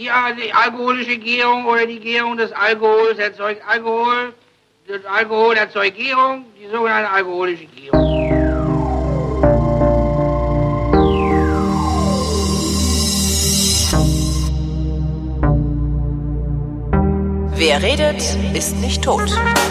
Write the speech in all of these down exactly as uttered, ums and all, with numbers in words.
Die, die alkoholische Gärung oder die Gärung des Alkohols erzeugt Alkohol. Das Alkohol erzeugt Gärung, die sogenannte alkoholische Gärung. Wer redet, ist nicht tot.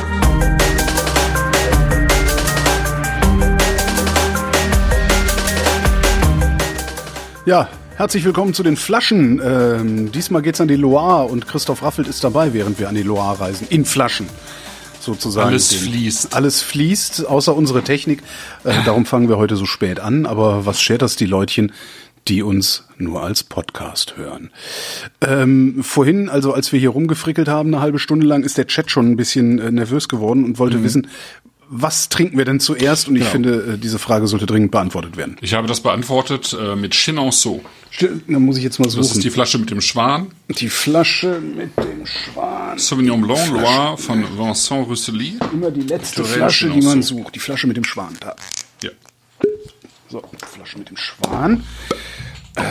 Ja, herzlich willkommen zu den Flaschen. Ähm, diesmal geht's an die Loire und Christoph Raffelt ist dabei, während wir an die Loire reisen. In Flaschen, sozusagen. Alles fließt. Alles fließt, außer unsere Technik. Äh, darum fangen wir heute so spät an. Aber was schert das die Leutchen, die uns nur als Podcast hören? Ähm, vorhin, also als wir hier rumgefrickelt haben, eine halbe Stunde lang, ist der Chat schon ein bisschen äh, nervös geworden und wollte mhm. wissen, was trinken wir denn zuerst? Und ich genau. finde, diese Frage sollte dringend beantwortet werden. Ich habe das beantwortet äh, mit Chinonceau. Da muss ich jetzt mal suchen. Das ist die Flasche mit dem Schwan. Die Flasche mit dem Schwan. Sauvignon Blanc, Loire von Vincent Roussely. Immer die letzte Turel Flasche, Chinonceau. Die man sucht. Die Flasche mit dem Schwan. Da. Ja. So, Flasche mit dem Schwan. Äh.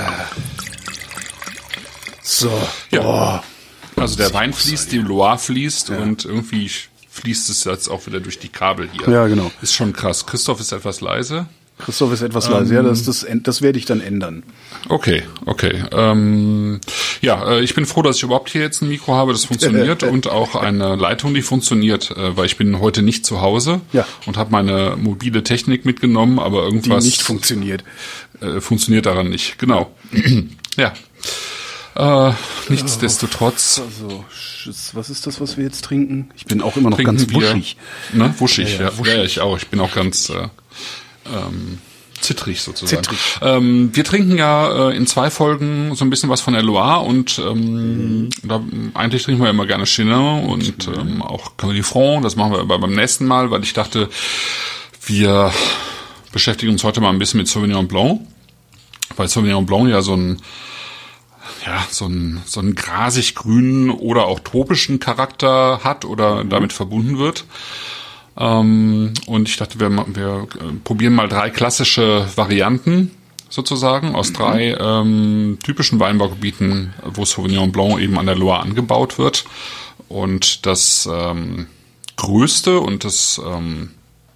So. Ja. Boah. Also der Wein fließt, die Loire fließt ja. und irgendwie fließt es jetzt auch wieder durch die Kabel hier. Ja, genau. Ist schon krass. Christoph ist etwas leise. Christoph ist etwas ähm, leise. Ja, das, das, das werde ich dann ändern. Okay, okay. Ähm, ja, äh, ich bin froh, dass ich überhaupt hier jetzt ein Mikro habe, das funktioniert und auch eine Leitung, die funktioniert, äh, weil ich bin heute nicht zu Hause ja. und habe meine mobile Technik mitgenommen, aber irgendwas... Die nicht funktioniert. Äh, funktioniert daran nicht, genau. Ja. Äh, nichtsdestotrotz. Also, was ist das, was wir jetzt trinken? Ich bin auch immer noch ganz wir, wuschig. Ne, wuschig, ja. Ja, ja, wuschig. ja, ich auch. Ich bin auch ganz äh, ähm, zittrig sozusagen. Zittrig. Ähm, wir trinken ja äh, in zwei Folgen so ein bisschen was von der Loire und ähm, mhm. da, eigentlich trinken wir immer gerne Chenin und mhm. ähm, auch Cabernet Franc. Das machen wir aber beim nächsten Mal, weil ich dachte, wir beschäftigen uns heute mal ein bisschen mit Sauvignon Blanc, weil Sauvignon Blanc ja so ein ja, so einen, so einen grasig-grünen oder auch tropischen Charakter hat oder mhm. damit verbunden wird. Ähm, und ich dachte, wir, wir probieren mal drei klassische Varianten sozusagen aus mhm. drei ähm, typischen Weinbaugebieten, wo Sauvignon Blanc eben an der Loire angebaut wird. Und das ähm, größte und das ähm,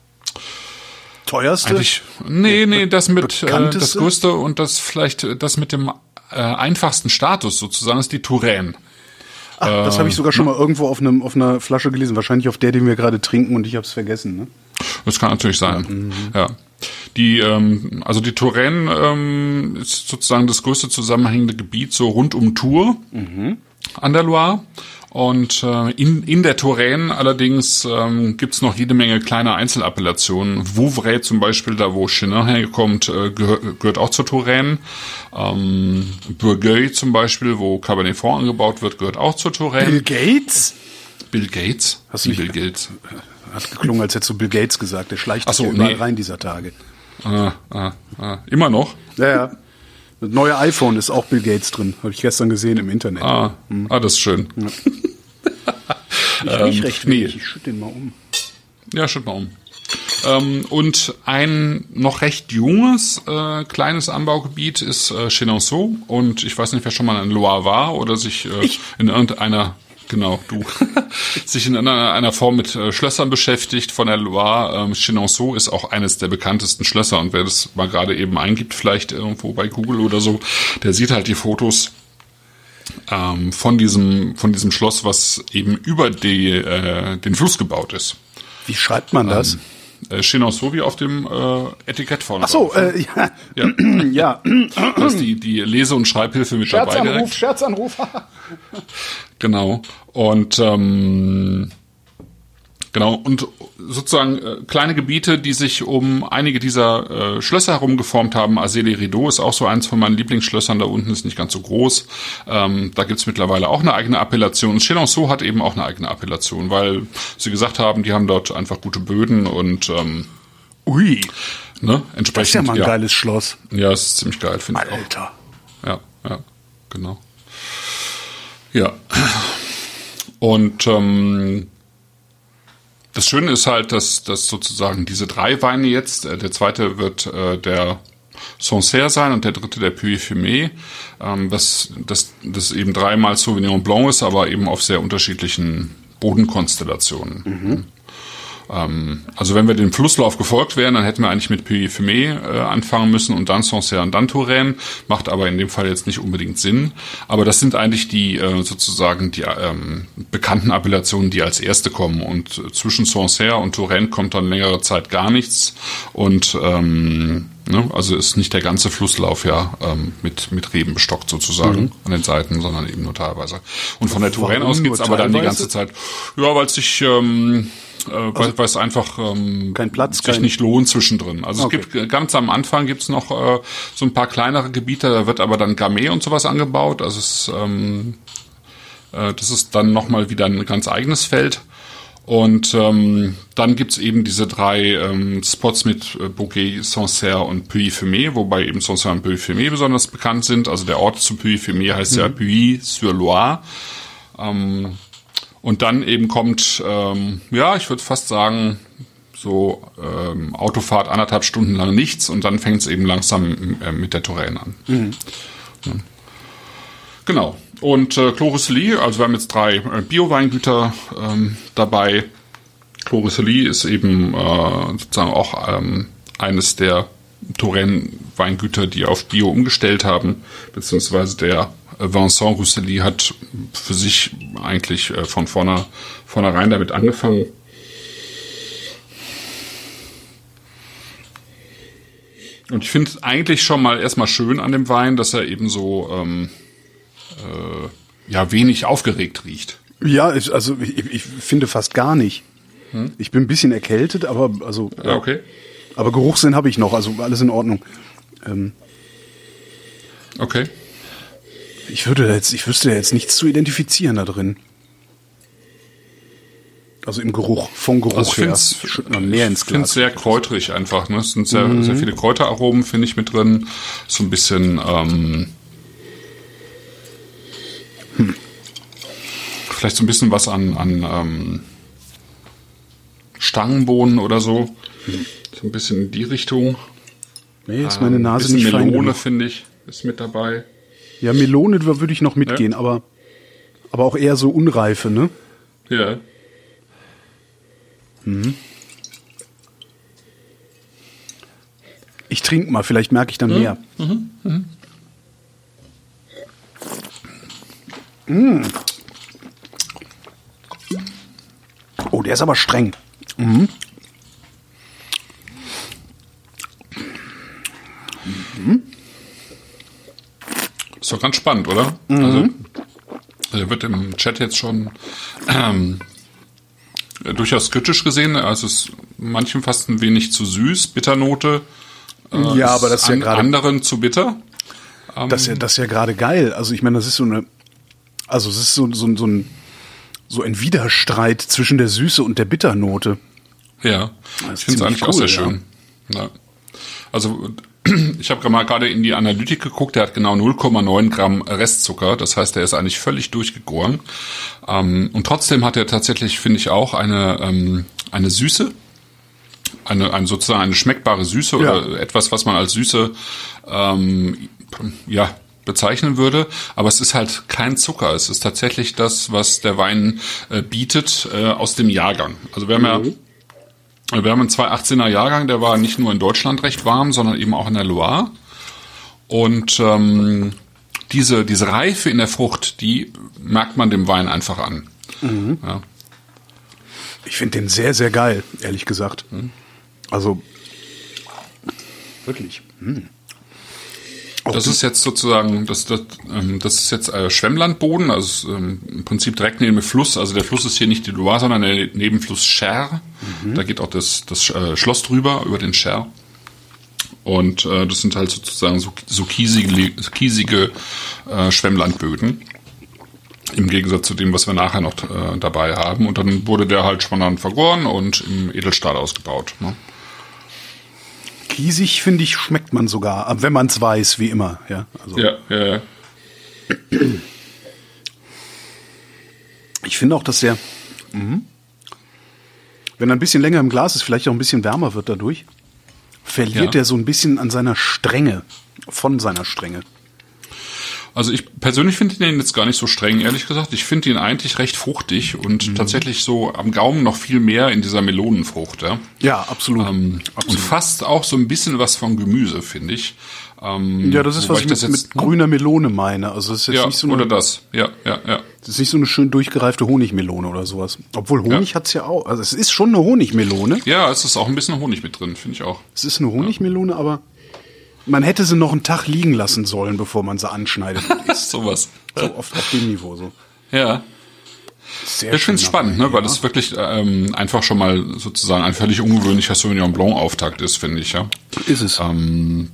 teuerste? Eigentlich, nee, nee, das mit äh, das größte und das vielleicht das mit dem Äh, einfachsten Status sozusagen ist die Touraine. Ach, äh, das habe ich sogar schon mal irgendwo auf einem auf einer Flasche gelesen. Wahrscheinlich auf der, die wir gerade trinken und ich habe es vergessen. Ne? Das kann natürlich sein. Mhm. Ja, die ähm, also die Touraine ähm, ist sozusagen das größte zusammenhängende Gebiet so rund um Tours mhm. an der Loire. Und äh, in in der Touraine allerdings ähm, gibt's noch jede Menge kleine Einzelappellationen. Vouvray zum Beispiel, da wo Chenin herkommt, äh, gehör, gehört auch zur Touraine. Ähm, Bourgueil zum Beispiel, wo Cabernet Franc angebaut wird, gehört auch zur Touraine. Bill Gates? Bill Gates? Hast du Bill Gates? Hat geklungen, als hättest du Bill Gates gesagt. Der schleicht sich so, ja überall nee. rein dieser Tage. Ah, ah, ah. Immer noch? Ja, ja. Das neue iPhone ist auch Bill Gates drin. Habe ich gestern gesehen im Internet. Ah, hm. ah das ist schön. Ja. Ich riech ähm, recht wenig. Nee. Ich schütte den mal um. Ja, schütt mal um. Ähm, und ein noch recht junges, äh, kleines Anbaugebiet ist äh, Chenonceau. Und ich weiß nicht, wer schon mal in Loire war oder sich äh, in irgendeiner, genau, du, sich in einer, einer Form mit äh, Schlössern beschäftigt von der Loire. Ähm, Chenonceau ist auch eines der bekanntesten Schlösser. Und wer das mal gerade eben eingibt, vielleicht irgendwo bei Google oder so, der sieht halt die Fotos ähm, von diesem, von diesem Schloss, was eben über die, äh, den Fluss gebaut ist. Wie schreibt man das? Ähm, äh, Chenonceau wie auf dem äh, Etikett vorne. Ach so, äh, ja. Ja. ja. Da ist die, die Lese- und Schreibhilfe mit dabei direkt. Scherzanruf, Scherzanruf. Genau. Und ähm, genau, und sozusagen äh, kleine Gebiete, die sich um einige dieser äh, Schlösser herum geformt haben. Azay-les-Rideaux ist auch so eins von meinen Lieblingsschlössern, da unten ist nicht ganz so groß. Ähm, da gibt's mittlerweile auch eine eigene Appellation. Und Chenonceau hat eben auch eine eigene Appellation, weil sie gesagt haben, die haben dort einfach gute Böden und ähm, ui, ne, entsprechend. Das ist ja mal ein ja. geiles Schloss. Ja, das ist ziemlich geil, finde ich auch. Alter. Ja, ja, genau. Ja. Und ähm, das Schöne ist halt, dass, dass sozusagen diese drei Weine jetzt, äh, der zweite wird äh, der Sancerre sein und der dritte der Puy-Fumé, ähm, was das, das eben dreimal Sauvignon Blanc ist, aber eben auf sehr unterschiedlichen Bodenkonstellationen. Mhm. Ähm, also wenn wir dem Flusslauf gefolgt wären, dann hätten wir eigentlich mit Puy-Fumé äh, anfangen müssen und dann Sancerre und dann Touraine, macht aber in dem Fall jetzt nicht unbedingt Sinn. Aber das sind eigentlich die äh, sozusagen die ähm, bekannten Appellationen, die als erste kommen. Und äh, zwischen Sancerre und Touraine kommt dann längere Zeit gar nichts. Und ähm, ne, also ist nicht der ganze Flusslauf ja ähm, mit mit Reben bestockt sozusagen mhm. an den Seiten, sondern eben nur teilweise. Und von der Touraine aus geht's aber dann die ganze Zeit, ja, weil es sich ähm, Äh, weil, also, weil es einfach ähm, kein Platz, sich kein nicht lohnt zwischendrin. Also okay. Es gibt ganz am Anfang gibt's noch äh, so ein paar kleinere Gebiete, da wird aber dann Gamay und sowas angebaut. Also es, ähm, äh, das ist dann nochmal wieder ein ganz eigenes Feld. Und ähm, dann gibt's eben diese drei ähm, Spots mit äh, Bouquet, Sancerre und Puy-Fumé, wobei eben Sancerre und Puy-Fumé besonders bekannt sind. Also der Ort zu Puy-Fumé heißt mhm. ja Puy-sur-Loire. Ähm, Und dann eben kommt, ähm, ja, ich würde fast sagen, so ähm, Autofahrt anderthalb Stunden lang nichts und dann fängt es eben langsam äh, mit der Touraine an. Mhm. Ja. Genau. Und äh, Clos Russely, also wir haben jetzt drei äh, Bio-Weingüter ähm, dabei. Clos Russely ist eben äh, sozusagen auch ähm, eines der Touraine-Weingüter, die auf Bio umgestellt haben, beziehungsweise der Vincent Russely hat für sich eigentlich äh, von vorne, vornherein damit angefangen. Und ich finde es eigentlich schon mal erstmal schön an dem Wein, dass er eben so ähm, äh, ja wenig aufgeregt riecht. Ja, ich, also ich, ich finde fast gar nicht. Hm? Ich bin ein bisschen erkältet, aber also ja, okay. Aber Geruchssinn habe ich noch, also alles in Ordnung. Ähm, okay. Ich würde jetzt, ich wüsste jetzt nichts zu identifizieren da drin. Also im Geruch, vom Geruch also her. Schüttet man mehr ins Glas. Ich finde es sehr kräuterig einfach. Ne? Es sind sehr, mhm. sehr viele Kräuteraromen, finde ich, mit drin. So ein bisschen ähm, hm. vielleicht so ein bisschen was an, an ähm, Stangenbohnen oder so. Hm. So ein bisschen in die Richtung. Nee, ist meine Nase ähm, nicht fein. Melone, finde ich, ist mit dabei. Ja, Melone würde ich noch mitgehen, ja. aber, aber auch eher so unreife, ne? Ja. Mhm. Ich trinke mal, vielleicht merke ich dann mhm. mehr. Mhm. Mhm. Mhm. Oh, der ist aber streng. Mhm. Mhm. Ist doch ganz spannend, oder? Mhm. Also, der wird im Chat jetzt schon ähm, durchaus kritisch gesehen. Also es ist manchem fast ein wenig zu süß, Bitternote. Äh, ja, aber das ist ja an, gerade anderen zu bitter. Ähm, das ist ja, das ist ja gerade geil. Also ich meine, das ist so eine, also es ist so, so, so ein so ein Widerstreit zwischen der Süße und der Bitternote. Ja, ich finde es eigentlich cool, auch sehr schön. Ja. Ja. Also ich habe mal gerade in die Analytik geguckt, der hat genau null Komma neun Gramm Restzucker, das heißt, der ist eigentlich völlig durchgegoren. Ähm, und trotzdem hat er tatsächlich, finde ich, auch eine ähm, eine Süße, eine, eine sozusagen eine schmeckbare Süße ja. oder etwas, was man als Süße ähm, ja bezeichnen würde, aber es ist halt kein Zucker. Es ist tatsächlich das, was der Wein äh, bietet äh, aus dem Jahrgang. Also wir haben mhm. ja, wir haben einen zweitausendachtzehner Jahrgang, der war nicht nur in Deutschland recht warm, sondern eben auch in der Loire. Und ähm, diese diese Reife in der Frucht, die merkt man dem Wein einfach an. Mhm. Ja. Ich finde den sehr, sehr geil, ehrlich gesagt. Mhm. Also wirklich. Mhm. Das ist jetzt sozusagen, das, das, ähm, das ist jetzt äh, Schwemmlandboden, also ähm, im Prinzip direkt neben dem Fluss. Also der Fluss ist hier nicht die Loire, sondern der Nebenfluss Cher. Mhm. Da geht auch das, das äh, Schloss drüber, über den Cher. Und äh, das sind halt sozusagen so, so kiesige, kiesige äh, Schwemmlandböden. Im Gegensatz zu dem, was wir nachher noch äh, dabei haben. Und dann wurde der halt spontan vergoren und im Edelstahl ausgebaut. Ne? Kiesig, finde ich, schmeckt man sogar, wenn man es weiß, wie immer. Ja, also. ja, ja, ja. Ich finde auch, dass der, mh, wenn er ein bisschen länger im Glas ist, vielleicht auch ein bisschen wärmer wird dadurch. verliert Ja. der so ein bisschen an seiner Strenge, von seiner Strenge. Also ich persönlich finde den jetzt gar nicht so streng, ehrlich gesagt. Ich finde ihn eigentlich recht fruchtig und Mhm. tatsächlich so am Gaumen noch viel mehr in dieser Melonenfrucht. Ja, Ja, absolut. ähm, absolut. Und fast auch so ein bisschen was von Gemüse, finde ich. Ähm, Ja, das ist, wobei was ich mit, das jetzt, mit grüner Melone meine. Also das ist jetzt ja, nicht so eine, oder das. Ja, ja, ja. das ist nicht so eine schön durchgereifte Honigmelone oder sowas. Obwohl Honig Ja. hat's ja auch. Also es ist schon eine Honigmelone. Ja, es ist auch ein bisschen Honig mit drin, finde ich auch. Es ist eine Honigmelone, aber man hätte sie noch einen Tag liegen lassen sollen, bevor man sie anschneidet und isst. Sowas. So oft auf dem Niveau so. Ja. Sehr Ich finde es schön, spannend, aber, ne, weil ja. das wirklich ähm, einfach schon mal sozusagen ein völlig ungewöhnlicher Sauvignon Blanc Auftakt ist, finde ich, ja. Ist es. Ähm,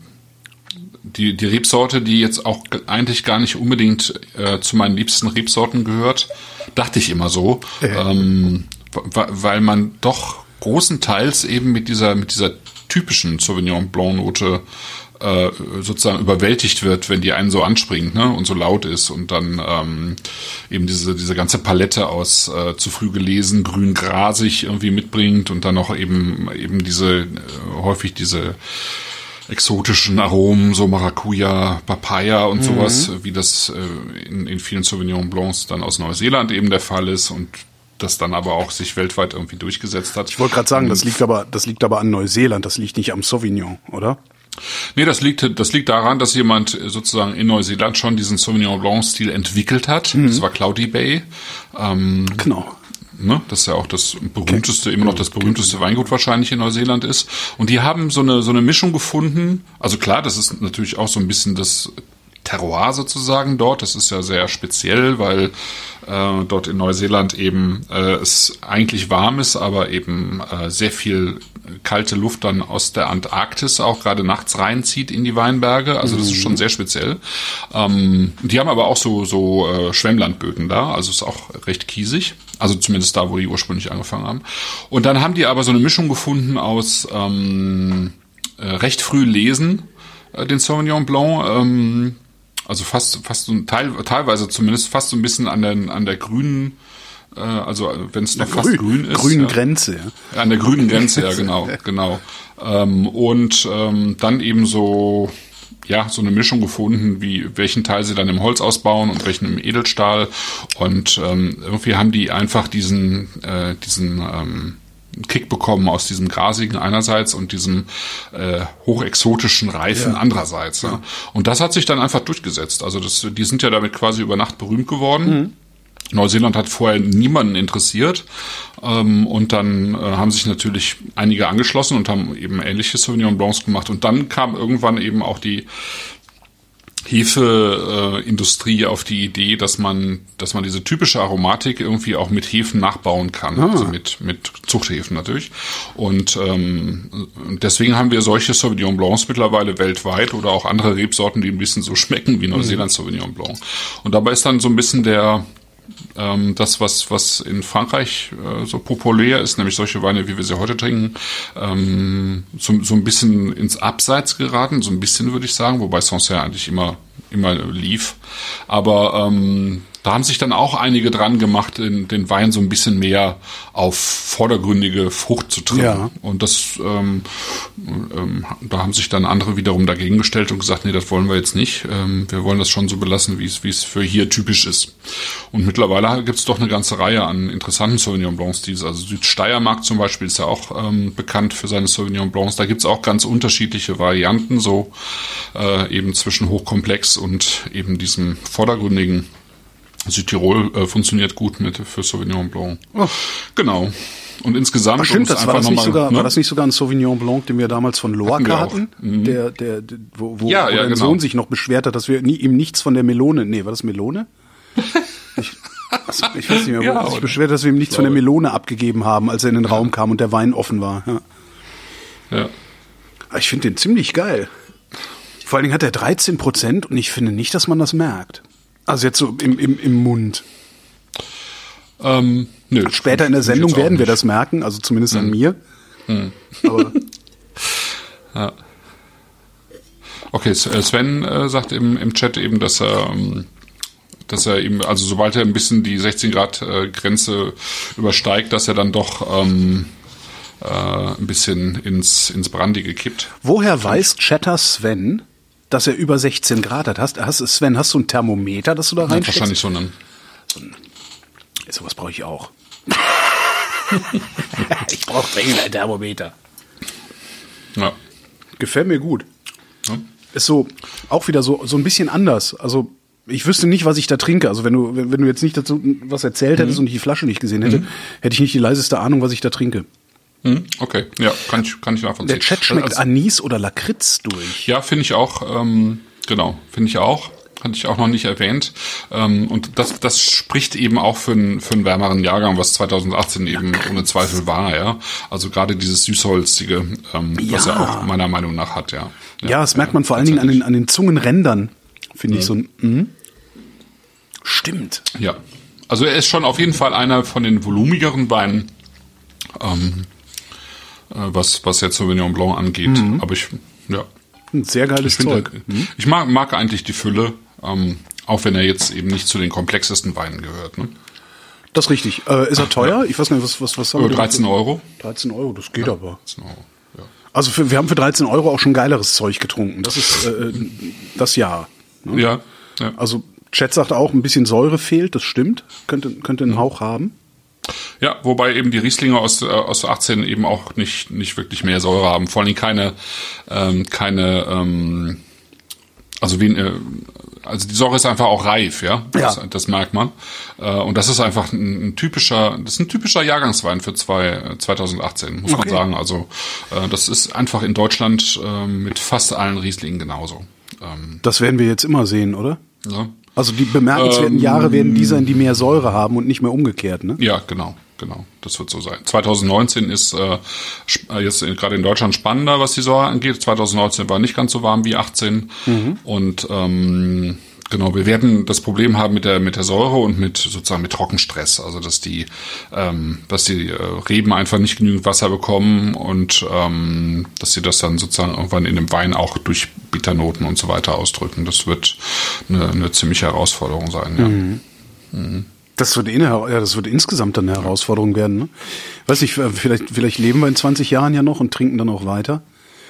die, die Rebsorte, die jetzt auch g- eigentlich gar nicht unbedingt äh, zu meinen liebsten Rebsorten gehört, dachte ich immer so, ähm, w- weil man doch großenteils eben mit dieser, mit dieser typischen Sauvignon Blanc Note äh, sozusagen überwältigt wird, wenn die einen so anspringt, ne, und so laut ist und dann ähm, eben diese diese ganze Palette aus äh, zu früh gelesen, grün grasig irgendwie mitbringt und dann noch eben eben diese äh, häufig diese exotischen Aromen, so Maracuja, Papaya und sowas, wie das äh, in, in vielen Sauvignon Blancs dann aus Neuseeland eben der Fall ist und das dann aber auch sich weltweit irgendwie durchgesetzt hat. Ich wollte gerade sagen, das liegt aber, das liegt aber an Neuseeland, das liegt nicht am Sauvignon, oder? Nee, das liegt, das liegt daran, dass jemand sozusagen in Neuseeland schon diesen Sauvignon Blanc-Stil entwickelt hat. Das war Cloudy Bay. Ähm, Genau. ne, das ja auch das berühmteste, immer noch das berühmteste Weingut wahrscheinlich in Neuseeland ist. Und die haben so eine, so eine Mischung gefunden. Also klar, das ist natürlich auch so ein bisschen das Terroir sozusagen dort. Das ist ja sehr speziell, weil äh, dort in Neuseeland eben äh, es eigentlich warm ist, aber eben äh, sehr viel kalte Luft dann aus der Antarktis auch gerade nachts reinzieht in die Weinberge. Also das ist schon sehr speziell. Ähm, die haben aber auch so, so äh, Schwemmlandböden da, also ist auch recht kiesig. Also zumindest da, wo die ursprünglich angefangen haben. Und dann haben die aber so eine Mischung gefunden aus ähm, äh, recht früh lesen, äh, den Sauvignon Blanc, ähm, also fast, fast so ein Teil, teilweise zumindest fast so ein bisschen an der, an der grünen, äh, also wenn es noch Ja, fast grün, grün ist. grünen ja. Grenze, ja. An der grünen Grenze, ja, genau, genau. Ähm, und ähm, dann eben so, ja, so eine Mischung gefunden, wie welchen Teil sie dann im Holz ausbauen und welchen im Edelstahl. Und ähm, irgendwie haben die einfach diesen, äh, diesen ähm, Kick bekommen aus diesem grasigen einerseits und diesem äh, hochexotischen Reifen Ja. andererseits. Ja. Und das hat sich dann einfach durchgesetzt. Also das, die sind ja damit quasi über Nacht berühmt geworden. Mhm. Neuseeland hat vorher niemanden interessiert ähm, und dann äh, haben sich natürlich einige angeschlossen und haben eben ähnliche Sauvignon Blancs gemacht und dann kam irgendwann eben auch die Hefeindustrie äh, auf die Idee, dass man, dass man diese typische Aromatik irgendwie auch mit Hefen nachbauen kann, Ah. also mit mit Zuchthefen natürlich. Und ähm, deswegen haben wir solche Sauvignon Blancs mittlerweile weltweit oder auch andere Rebsorten, die ein bisschen so schmecken wie Neuseeland Sauvignon Blanc. Und dabei ist dann so ein bisschen der ähm, das, was was in Frankreich äh, so populär ist, nämlich solche Weine, wie wir sie heute trinken, ähm, so, so ein bisschen ins Abseits geraten, so ein bisschen würde ich sagen, wobei Sancerre eigentlich immer immer lief. Aber ähm, da haben sich dann auch einige dran gemacht, den, den Wein so ein bisschen mehr auf vordergründige Frucht zu trimmen. Ja. Und das, ähm, ähm, da haben sich dann andere wiederum dagegen gestellt und gesagt, nee, das wollen wir jetzt nicht. Ähm, wir wollen das schon so belassen, wie es wie es für hier typisch ist. Und mittlerweile gibt es doch eine ganze Reihe an interessanten Sauvignon Blancs. Dieses, also Südsteiermark zum Beispiel ist ja auch ähm, bekannt für seine Sauvignon Blancs. Da gibt es auch ganz unterschiedliche Varianten, so äh, eben zwischen hochkomplex und eben diesem vordergründigen. Südtirol äh, funktioniert gut mit für Sauvignon Blanc. Oh. Genau. Und insgesamt Ach, stimmt, um es das war das, noch nicht mal, sogar, ne? war das nicht sogar ein Sauvignon Blanc, den wir damals von Lorca Hatten wir auch. hatten? Mhm. Der, der, der, wo, wo, Ja, wo ja, dein genau. Sohn sich noch beschwert hat, dass wir nie, ihm nichts von der Melone, nee, war das Melone? Ich, also, ich weiß nicht mehr, Ja, wo sich oder? beschwert, dass wir ihm nichts von der Glaube. Melone abgegeben haben, als er in den Raum kam und der Wein offen war. Ja. Ja. Aber ich finde den ziemlich geil. Vor allen Dingen hat er dreizehn Prozent und ich finde nicht, dass man das merkt. Also jetzt so im, im, im Mund. Ähm, nö, Später in der finde ich Sendung jetzt auch werden wir nicht. das merken, also zumindest an Mhm. mir. Mhm. Aber Ja. Okay, Sven äh, sagt im, im Chat eben, dass er, ähm, dass er eben, also sobald er ein bisschen die sechzehn Grad äh, Grenze übersteigt, dass er dann doch ähm, äh, ein bisschen ins, ins Brandy gekippt. Woher weiß Chatter Sven, dass er über sechzehn Grad hat? Hast, hast, Sven, hast du ein Thermometer, das du da reinsteckst? Ja, wahrscheinlich so einen. So ein, sowas brauche ich auch. Ich brauche dringend ein Thermometer. Ja. Gefällt mir gut. Ja. Ist so, auch wieder so, so ein bisschen anders. Also, ich wüsste nicht, was ich da trinke. Also, wenn du, wenn, wenn du jetzt nicht dazu was erzählt hättest mhm. und ich die Flasche nicht gesehen hätte, mhm. hätte ich nicht die leiseste Ahnung, was ich da trinke. Mhm. Okay, ja, kann ich, kann ich nachvollziehen. Der Chat schmeckt also, Anis oder Lakritz durch. Ja, finde ich auch, ähm, genau, finde ich auch. Hatte ich auch noch nicht erwähnt. Ähm, und das, das spricht eben auch für einen, für einen wärmeren Jahrgang, was zwanzig achtzehn eben ohne Zweifel war, ja. Also gerade dieses Süßholzige, ähm, ja. was er auch meiner Meinung nach hat, ja. Ja, ja das merkt man vor allen Dingen an den, an den Zungenrändern, finde ich mhm. so ein, mh. Stimmt. Ja. Also er ist schon auf jeden Fall einer von den volumigeren Weinen, ähm, äh, was, was jetzt Sauvignon Blanc angeht. Mhm. Aber ich, ja. Ein sehr geiles ich Zeug. Finde, mhm. Ich mag, mag eigentlich die Fülle, ähm, auch wenn er jetzt eben nicht zu den komplexesten Weinen gehört. Ne? Das ist richtig. Äh, ist er teuer? Ich weiß nicht, was, was, was haben wir? dreizehn Euro. dreizehn Euro, das geht ja, aber. dreizehn Euro, ja. Also für, wir haben für dreizehn Euro auch schon geileres Zeug getrunken. Das ist äh, das Jahr. Ne? Ja, ja. Also Chat sagt auch, ein bisschen Säure fehlt, das stimmt. Könnte, könnte einen Hauch haben. Ja, wobei eben die Rieslinge aus, äh, aus achtzehn eben auch nicht, nicht wirklich mehr Säure haben. Vor allem keine, ähm, keine, ähm, also wie, äh, also die Säure ist einfach auch reif, ja. Das, ja. das merkt man. Äh, und das ist einfach ein, ein typischer, das ist ein typischer Jahrgangswein für zwei, zwanzig achtzehn, muss okay. man sagen. Also, äh, das ist einfach in Deutschland äh, mit fast allen Rieslingen genauso. Ähm, das werden wir jetzt immer sehen, oder? Ja. Also die bemerkenswerten ähm, Jahre werden die sein, die mehr Säure haben und nicht mehr umgekehrt, ne? Ja, genau, genau. Das wird so sein. zwanzig neunzehn ist äh, jetzt gerade in Deutschland spannender, was die Säure angeht. zwanzig neunzehn war nicht ganz so warm wie achtzehn. Mhm. Und ähm, genau, wir werden das Problem haben mit der mit der Säure und mit sozusagen mit Trockenstress. Also dass die ähm, dass die äh, Reben einfach nicht genügend Wasser bekommen und ähm, dass sie das dann sozusagen irgendwann in dem Wein auch durch Bitternoten und so weiter ausdrücken. Das wird eine, eine ziemliche Herausforderung sein. Ja. Mhm. Mhm. Das wird, eh eine, ja, das wird insgesamt dann eine Herausforderung werden. Ne? Weiß nicht, vielleicht, vielleicht leben wir in zwanzig Jahren ja noch und trinken dann auch weiter.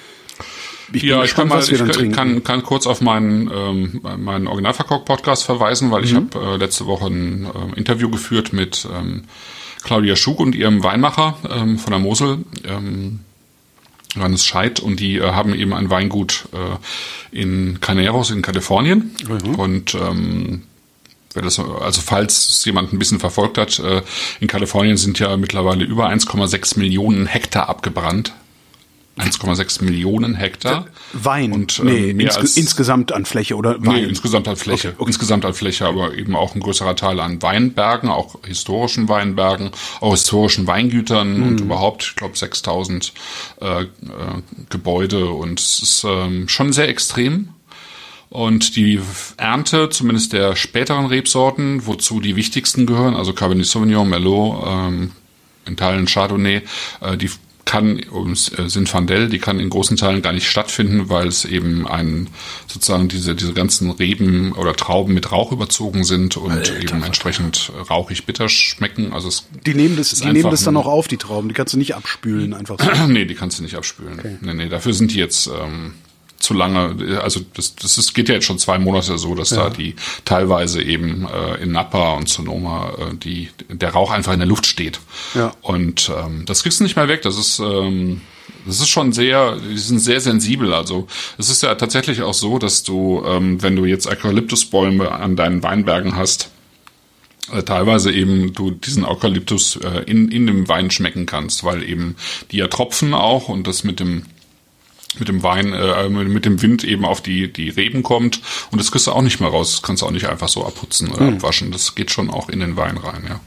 Ich ja, gespannt, ich kann mal, ich kann, kann kurz auf meinen, ähm, meinen Originalverkauf-Podcast verweisen, weil ich mhm. habe äh, letzte Woche ein äh, Interview geführt mit ähm, Claudia Schug und ihrem Weinmacher ähm, von der Mosel, ähm, Johannes Scheidt, und die äh, haben eben ein Weingut äh, in Caneros in Kalifornien. Mhm. Und ähm, wer das, also falls es jemand ein bisschen verfolgt hat, äh, in Kalifornien sind ja mittlerweile über eins Komma sechs Millionen Hektar abgebrannt. eins Komma sechs Millionen Hektar. Wein. Und, äh, nee, mehr insge- als, insgesamt an Fläche oder Wein? Nee, insgesamt an Fläche. Okay, okay. Insgesamt an Fläche, aber eben auch ein größerer Teil an Weinbergen, auch historischen Weinbergen, auch historischen Weingütern mhm. und überhaupt, ich glaube, sechstausend äh, äh, Gebäude, und es ist ähm, schon sehr extrem. Und die Ernte, zumindest der späteren Rebsorten, wozu die wichtigsten gehören, also Cabernet Sauvignon, Merlot, ähm, in Teilen Chardonnay, äh, die kann, Zinfandel, die kann in großen Teilen gar nicht stattfinden, weil es eben ein, sozusagen diese, diese ganzen Reben oder Trauben mit Rauch überzogen sind und Alter, eben entsprechend rauchig bitter schmecken. Also es die nehmen das, die nehmen das dann auch auf, die Trauben, die kannst du nicht abspülen einfach so. Nee, die kannst du nicht abspülen. Okay. Nee, nee, dafür sind die jetzt, ähm, zu lange, also das, das ist, geht ja jetzt schon zwei Monate so, dass ja. da die teilweise eben äh, in Napa und Sonoma äh, die der Rauch einfach in der Luft steht. Ja. Und ähm, das kriegst du nicht mehr weg. Das ist ähm, das ist schon sehr, die sind sehr sensibel. Also es ist ja tatsächlich auch so, dass du, ähm, wenn du jetzt Eukalyptusbäume an deinen Weinbergen hast, äh, teilweise eben du diesen Eukalyptus äh, in in dem Wein schmecken kannst, weil eben die ja tropfen auch und das mit dem mit dem Wein, äh, mit dem Wind eben auf die die Reben kommt, und das kriegst du auch nicht mehr raus, das kannst du auch nicht einfach so abputzen oder mhm. abwaschen, das geht schon auch in den Wein rein, ja.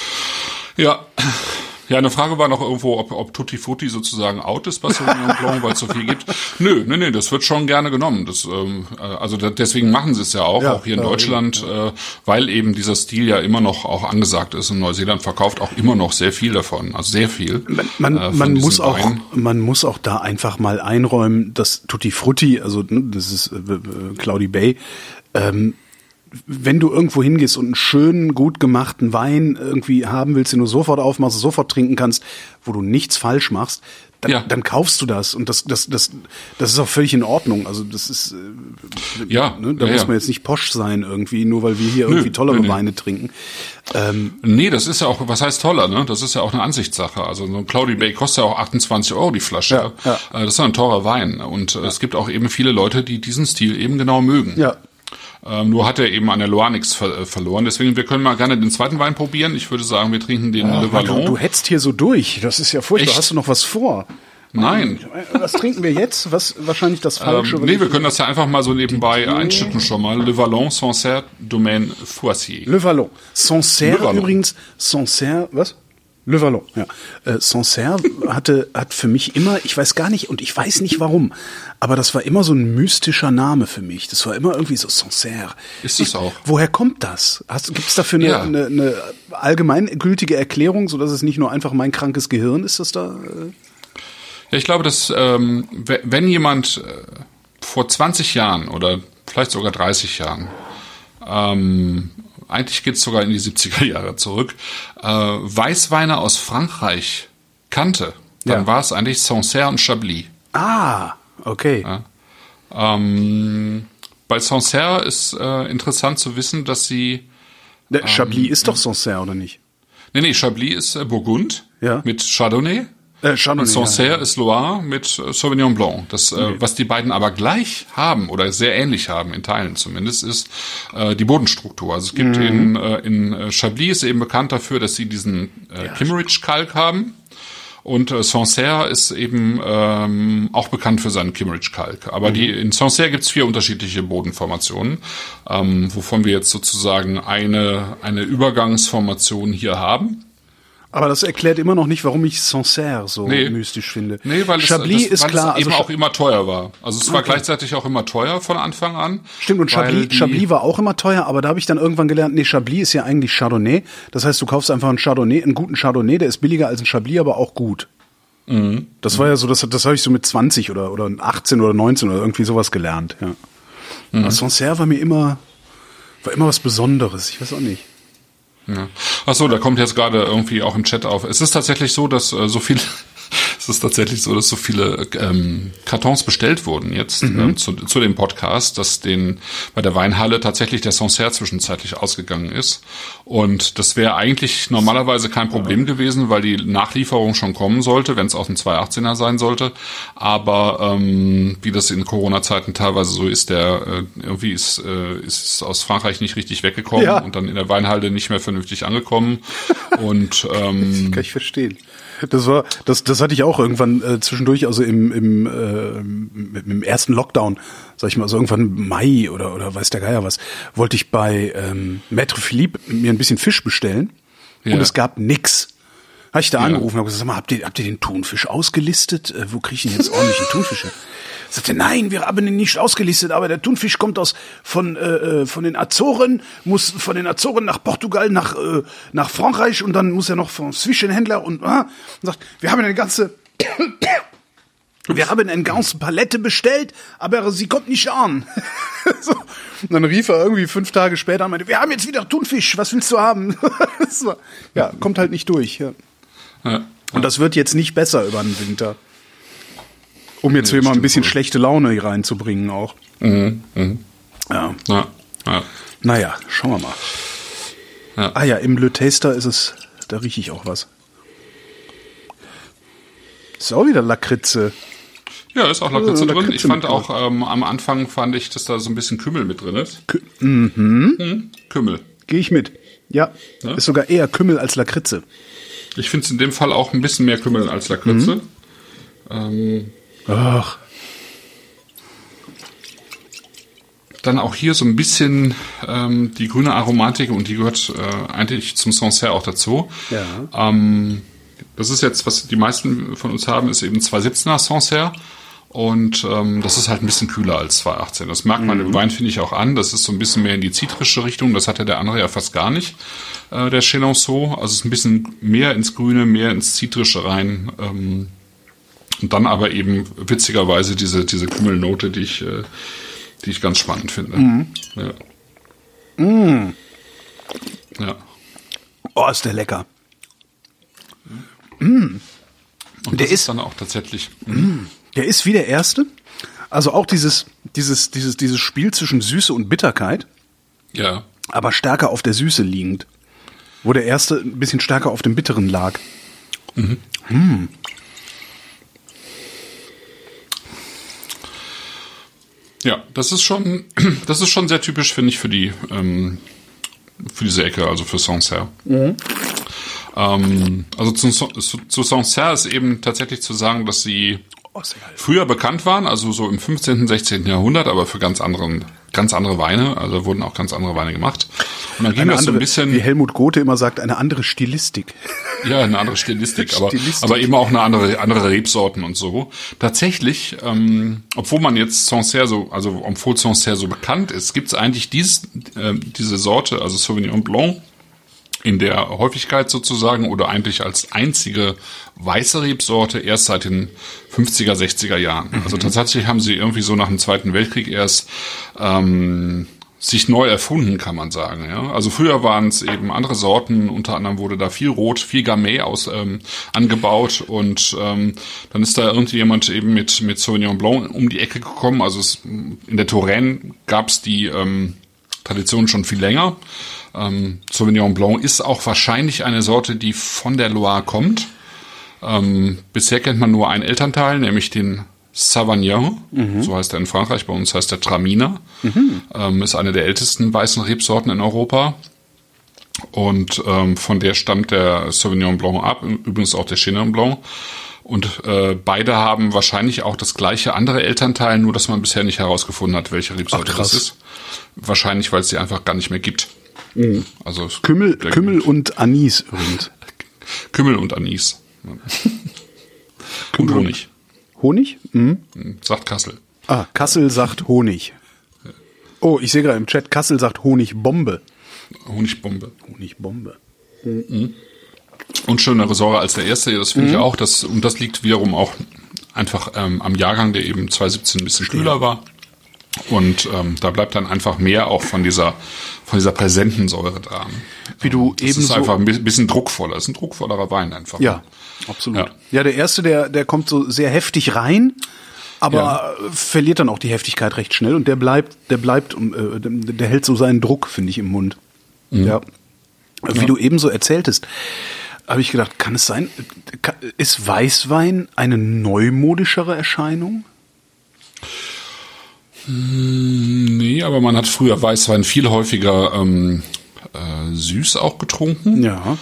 Ja, ja, eine Frage war noch irgendwo, ob, ob Tutti Frutti sozusagen out ist bei Sauvignon Blanc, weil es so viel gibt. Nö, nee, nee, das wird schon gerne genommen. Das, ähm, also da, deswegen machen sie es ja auch, ja, auch hier in ja, Deutschland, ja. äh, weil eben dieser Stil ja immer noch auch angesagt ist. Und Neuseeland verkauft auch immer noch sehr viel davon, also sehr viel. Man, man, äh, man muss auch, Wein. man muss auch da einfach mal einräumen, dass Tutti Frutti, also das ist äh, Cloudy Bay, ähm, wenn du irgendwo hingehst und einen schönen, gut gemachten Wein irgendwie haben willst, den du sofort aufmachst, sofort trinken kannst, wo du nichts falsch machst, dann, Ja. dann kaufst du das und das, das, das, das ist auch völlig in Ordnung. Also das ist, äh, Ja, ne, da ja, muss ja. man jetzt nicht posch sein irgendwie, nur weil wir hier irgendwie tollere nö, nö. Weine trinken. Ähm, Nee, das ist ja auch, was heißt toller, ne? Das ist ja auch eine Ansichtssache. Also so ein Cloudy Bay kostet ja auch achtundzwanzig Euro die Flasche. Ja, ja. Äh, Das ist ja ein teurer Wein. Und äh, es gibt auch eben viele Leute, die diesen Stil eben genau mögen. ja. Ähm, nur hat er eben an der Loire nichts ver äh, verloren. Deswegen, wir können mal gerne den zweiten Wein probieren. Ich würde sagen, wir trinken den Le Du, Vallon. du hetzt hier so durch. Das ist ja furchtbar. Echt? Hast du noch was vor? Nein. Was trinken wir jetzt? Was wahrscheinlich das Falsche? Ähm, nee, wir können das ja einfach mal so nebenbei einstücken schon mal. Le Vallon, Sancerre, Domaine Foissier. Le Vallon. Sancerre Le Vallon. übrigens. Sancerre, was? Le Vallon, ja. Äh, Sancerre hatte, hat für mich immer, ich weiß gar nicht, und ich weiß nicht warum, aber das war immer so ein mystischer Name für mich. Das war immer irgendwie so Sancerre. Ist es auch. Woher kommt das? Gibt es dafür eine, Ja. eine, eine allgemeingültige Erklärung, sodass es nicht nur einfach mein krankes Gehirn ist, das da... Äh Ja, ich glaube, dass ähm, we- wenn jemand äh, vor zwanzig Jahren oder vielleicht sogar dreißig Jahren, ähm, eigentlich geht's sogar in die siebziger Jahre zurück, äh, Weißweine aus Frankreich kannte, dann Ja. war es eigentlich Sancerre und Chablis. Ah, okay. Ähm, bei Sancerre ist äh, interessant zu wissen, dass sie Der Chablis ist doch Sancerre, oder nicht? Nee, nee, Chablis ist äh, Burgund Ja. mit Chardonnay. Äh, Chardonnay, Und Sancerre ja. ist Loire mit äh, Sauvignon Blanc. Das, äh, was die beiden aber gleich haben oder sehr ähnlich haben, in Teilen zumindest, ist äh, die Bodenstruktur. Also es gibt in, äh, in äh, Chablis ist eben bekannt dafür, dass sie diesen äh, Kimmeridge-Kalk haben. Und äh, Sancerre ist eben ähm, auch bekannt für seinen Kimmeridge-Kalk. Aber die, in Sancerre gibt's vier unterschiedliche Bodenformationen, ähm, wovon wir jetzt sozusagen eine, eine Übergangsformation hier haben. Aber das erklärt immer noch nicht, warum ich Sancerre so Nee. mystisch finde. Nee, weil Chablis es, das, ist weil klar. es eben also auch immer teuer war. Also es war Okay. gleichzeitig auch immer teuer von Anfang an. Stimmt, und weil Chablis, die- Chablis war auch immer teuer, aber da habe ich dann irgendwann gelernt, nee, Chablis ist ja eigentlich Chardonnay. Das heißt, du kaufst einfach einen Chardonnay, einen guten Chardonnay, der ist billiger als ein Chablis, aber auch gut. Mhm. Das war ja so, das, das habe ich so mit zwanzig oder, oder achtzehn oder neunzehn oder irgendwie sowas gelernt. Ja. Mhm. Aber Sancerre war mir immer, war immer was Besonderes. Ich weiß auch nicht. Ja. Ach so, da kommt jetzt gerade irgendwie auch im Chat auf. Es ist tatsächlich so, dass äh, so viel es ist tatsächlich so, dass so viele ähm, Kartons bestellt wurden jetzt Mhm. ähm, zu, zu dem Podcast, dass den bei der Weinhalle tatsächlich der Sancerre zwischenzeitlich ausgegangen ist. Und das wäre eigentlich normalerweise kein Problem gewesen, weil die Nachlieferung schon kommen sollte, wenn es aus dem zweihundertachtzehner sein sollte. Aber ähm, wie das in Corona-Zeiten teilweise so ist, der äh, irgendwie ist, äh, ist es aus Frankreich nicht richtig weggekommen Ja. und dann in der Weinhalle nicht mehr vernünftig angekommen. Und ähm, Kann ich verstehen. Das war, das, das hatte ich auch irgendwann äh, zwischendurch, also im, im, äh, im, im ersten Lockdown, sag ich mal, also irgendwann im Mai oder, oder weiß der Geier was, wollte ich bei ähm, Maître Philippe mir ein bisschen Fisch bestellen Ja. und es gab nix. Habe ich da Ja. angerufen und habe gesagt, sag mal, habt ihr, habt ihr den Thunfisch ausgelistet? Äh, wo kriege ich denn jetzt ordentlichen Thunfisch her? Sagte, nein, wir haben ihn nicht ausgelistet, aber der Thunfisch kommt aus von äh, von den Azoren, muss von den Azoren nach Portugal, nach äh, nach Frankreich und dann muss er noch vom Zwischenhändler und, äh, und sagt, wir haben eine ganze wir haben eine ganze Palette bestellt, aber sie kommt nicht an. So. Und dann rief er irgendwie fünf Tage später und meinte, wir haben jetzt wieder Thunfisch, was willst du haben? So. Ja, kommt halt nicht durch. Ja. ja. Und das wird jetzt nicht besser über den Winter. Um jetzt Nee, hier mal ein stimmt bisschen wohl. schlechte Laune hier reinzubringen auch. Mhm, mhm. Ja. Ja, ja. Naja, schauen wir mal. Ja. Ah ja, im Le Taster ist es, da rieche ich auch was. Ist auch wieder Lakritze. Ja, ist auch Lakritze Ja, drin. Lakritze Ich fand mit auch, ähm, am Anfang fand ich, dass da so ein bisschen Kümmel mit drin ist. Kü mhm. Mhm. Kümmel. Gehe ich mit. Ja, Ja? ist sogar eher Kümmel als Lakritze. Ich finde es in dem Fall auch ein bisschen mehr Kümmel als Lakritze. Mhm. Ähm, Ach, dann auch hier so ein bisschen ähm, die grüne Aromatik und die gehört äh, eigentlich zum Sancerre auch dazu. Ja. Ähm, das ist jetzt, was die meisten von uns haben, ist eben zwei siebzehner Sancerre. Und ähm, das ist halt ein bisschen kühler als zwei achtzehn. Das merkt man im Wein, finde ich, auch an. Das ist so ein bisschen mehr in die zitrische Richtung. Das hatte der andere ja fast gar nicht, äh, der Chenonceau. Also es ist ein bisschen mehr ins Grüne, mehr ins Zitrische rein. Ähm, und dann aber eben witzigerweise diese diese Kümmelnote, die ich, äh, die ich ganz spannend finde. Ja. Mm. Ja. Oh, ist der lecker. Mm. Und der ist, ist dann auch tatsächlich. Mm. Der ist wie der erste. Also auch dieses, dieses, dieses, dieses Spiel zwischen Süße und Bitterkeit. Ja. Aber stärker auf der Süße liegend. Wo der erste ein bisschen stärker auf dem Bitteren lag. Mhm. Mm. Ja, das ist schon, das ist schon sehr typisch, finde ich, für die, ähm, für diese Ecke, also für Sancerre. Mhm. Ähm, also zu, zu, zu Sancerre ist eben tatsächlich zu sagen, dass sie oh, früher bekannt waren, also so im fünfzehnten, sechzehnten Jahrhundert, aber für ganz anderen, ganz andere Weine, also wurden auch ganz andere Weine gemacht. Und dann ging eine das andere, so ein bisschen, wie Helmut Gothe immer sagt, eine andere Stilistik. Ja, eine andere Stilistik, aber, Stilistik. aber eben auch eine andere, andere Rebsorten und so. Tatsächlich, ähm, obwohl man jetzt Sancerre so, also obwohl Sancerre so bekannt ist, gibt es eigentlich dies, äh, diese Sorte, also Sauvignon Blanc, in der Häufigkeit sozusagen oder eigentlich als einzige weiße Rebsorte erst seit den fünfziger, sechziger Jahren. Mhm. Also tatsächlich haben sie irgendwie so nach dem Zweiten Weltkrieg erst ähm, sich neu erfunden, kann man sagen. Ja? Also früher waren es eben andere Sorten, unter anderem wurde da viel Rot, viel Gamay aus, ähm, angebaut und ähm, dann ist da irgendjemand eben mit, mit Sauvignon Blanc um die Ecke gekommen. Also es, in der Touraine gab es die ähm, Tradition schon viel länger. Ähm, Sauvignon Blanc ist auch wahrscheinlich eine Sorte, die von der Loire kommt. Ähm, bisher kennt man nur einen Elternteil, nämlich den Savagnin, mhm. so heißt er in Frankreich, bei uns heißt er Traminer. Mhm. Ähm, ist eine der ältesten weißen Rebsorten in Europa. Und ähm, von der stammt der Sauvignon Blanc ab, übrigens auch der Chenin Blanc. Und äh, beide haben wahrscheinlich auch das gleiche andere Elternteil, nur dass man bisher nicht herausgefunden hat, welche Rebsorte Ach, das ist. Wahrscheinlich, weil es sie einfach gar nicht mehr gibt. Mhm. Also Kümmel, Kümmel und Anis übrigens. Kümmel und Anis. Und Honig. Honig? Mhm. Sagt Kassel. Ah, Kassel sagt Honig. Oh, ich sehe gerade im Chat, Kassel sagt Honigbombe. Honigbombe. Honigbombe. Mhm. Und schönere Säure als der erste, das finde mhm. ich auch. Das, und das liegt wiederum auch einfach ähm, am Jahrgang, der eben zwanzig siebzehn ein bisschen kühler war. Und ähm, da bleibt dann einfach mehr auch von dieser von dieser präsenten Säure dran. Wie du das eben ist so einfach ein bisschen druckvoller. Das ist ein druckvollerer Wein einfach. Ja, absolut. Ja, ja der erste, der der kommt so sehr heftig rein, aber ja. verliert dann auch die Heftigkeit recht schnell und der bleibt der bleibt äh, der hält so seinen Druck, finde ich, im Mund. Mhm. Ja. Wie ja. du eben so erzähltest, habe ich gedacht, kann es sein, ist Weißwein eine neumodischere Erscheinung? Nee, aber man hat früher Weißwein viel häufiger ähm, äh, süß auch getrunken. Ja.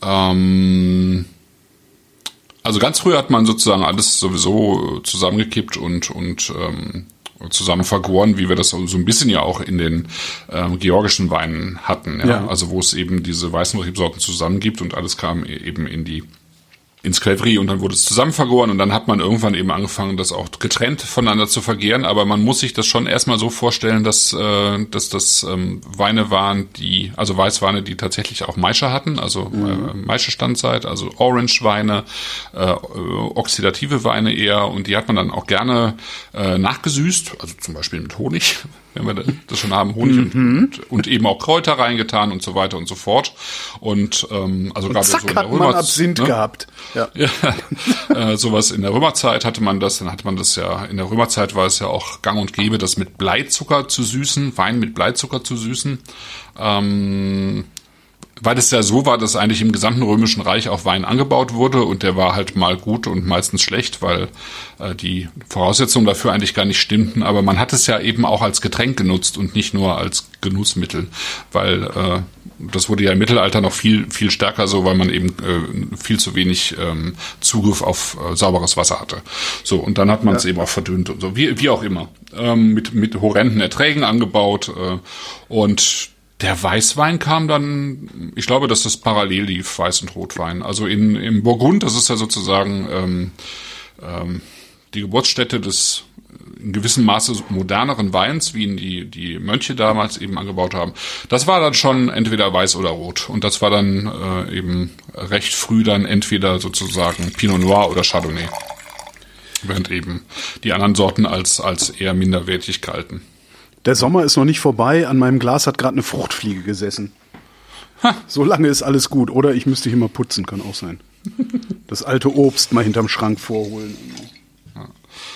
Ähm, also ganz früher hat man sozusagen alles sowieso zusammengekippt und und ähm, zusammen vergoren, wie wir das so ein bisschen ja auch in den ähm, georgischen Weinen hatten. Ja? Ja. Also wo es eben diese weißen Rebsorten zusammen gibt und alles kam eben in die ins Clavry und dann wurde es zusammen vergoren und dann hat man irgendwann eben angefangen, das auch getrennt voneinander zu vergären, aber man muss sich das schon erstmal so vorstellen, dass äh, dass das ähm, Weine waren, die, also Weißweine, die tatsächlich auch Maische hatten, also mhm. äh, Maische-Standzeit, also Orange-Weine, äh, oxidative Weine eher und die hat man dann auch gerne äh, nachgesüßt, also zum Beispiel mit Honig, wenn wir das schon haben, Honig mhm. und, und eben auch Kräuter reingetan und so weiter und so fort und ähm, also gerade so in der hat man Römer, Absinth ne? gehabt. Ja. Ja, äh, sowas in der Römerzeit hatte man das, dann hatte man das ja, in der Römerzeit war es ja auch gang und gäbe, das mit Bleizucker zu süßen, Wein mit Bleizucker zu süßen, ähm, weil es ja so war, dass eigentlich im gesamten Römischen Reich auch Wein angebaut wurde und der war halt mal gut und meistens schlecht, weil äh, die Voraussetzungen dafür eigentlich gar nicht stimmten, aber man hat es ja eben auch als Getränk genutzt und nicht nur als Genussmittel, weil äh, das wurde ja im Mittelalter noch viel viel stärker so, weil man eben äh, viel zu wenig ähm, Zugriff auf äh, sauberes Wasser hatte. So, und dann hat man es ja. eben auch verdünnt und so, wie, wie auch immer, ähm, mit, mit horrenden Erträgen angebaut äh, und der Weißwein kam dann, ich glaube, dass das parallel lief, Weiß- und Rotwein. Also in, im Burgund, das ist ja sozusagen ähm, ähm, die Geburtsstätte des in gewissem Maße moderneren Weins, wie ihn die, die Mönche damals eben angebaut haben. Das war dann schon entweder Weiß oder Rot. Und das war dann äh, eben recht früh dann entweder sozusagen Pinot Noir oder Chardonnay. Während eben die anderen Sorten als, als eher minderwertig galten. Der Sommer ist noch nicht vorbei, an meinem Glas hat gerade eine Fruchtfliege gesessen. Ha. So lange ist alles gut. Oder ich müsste hier mal putzen, kann auch sein. Das alte Obst mal hinterm Schrank vorholen. Ja.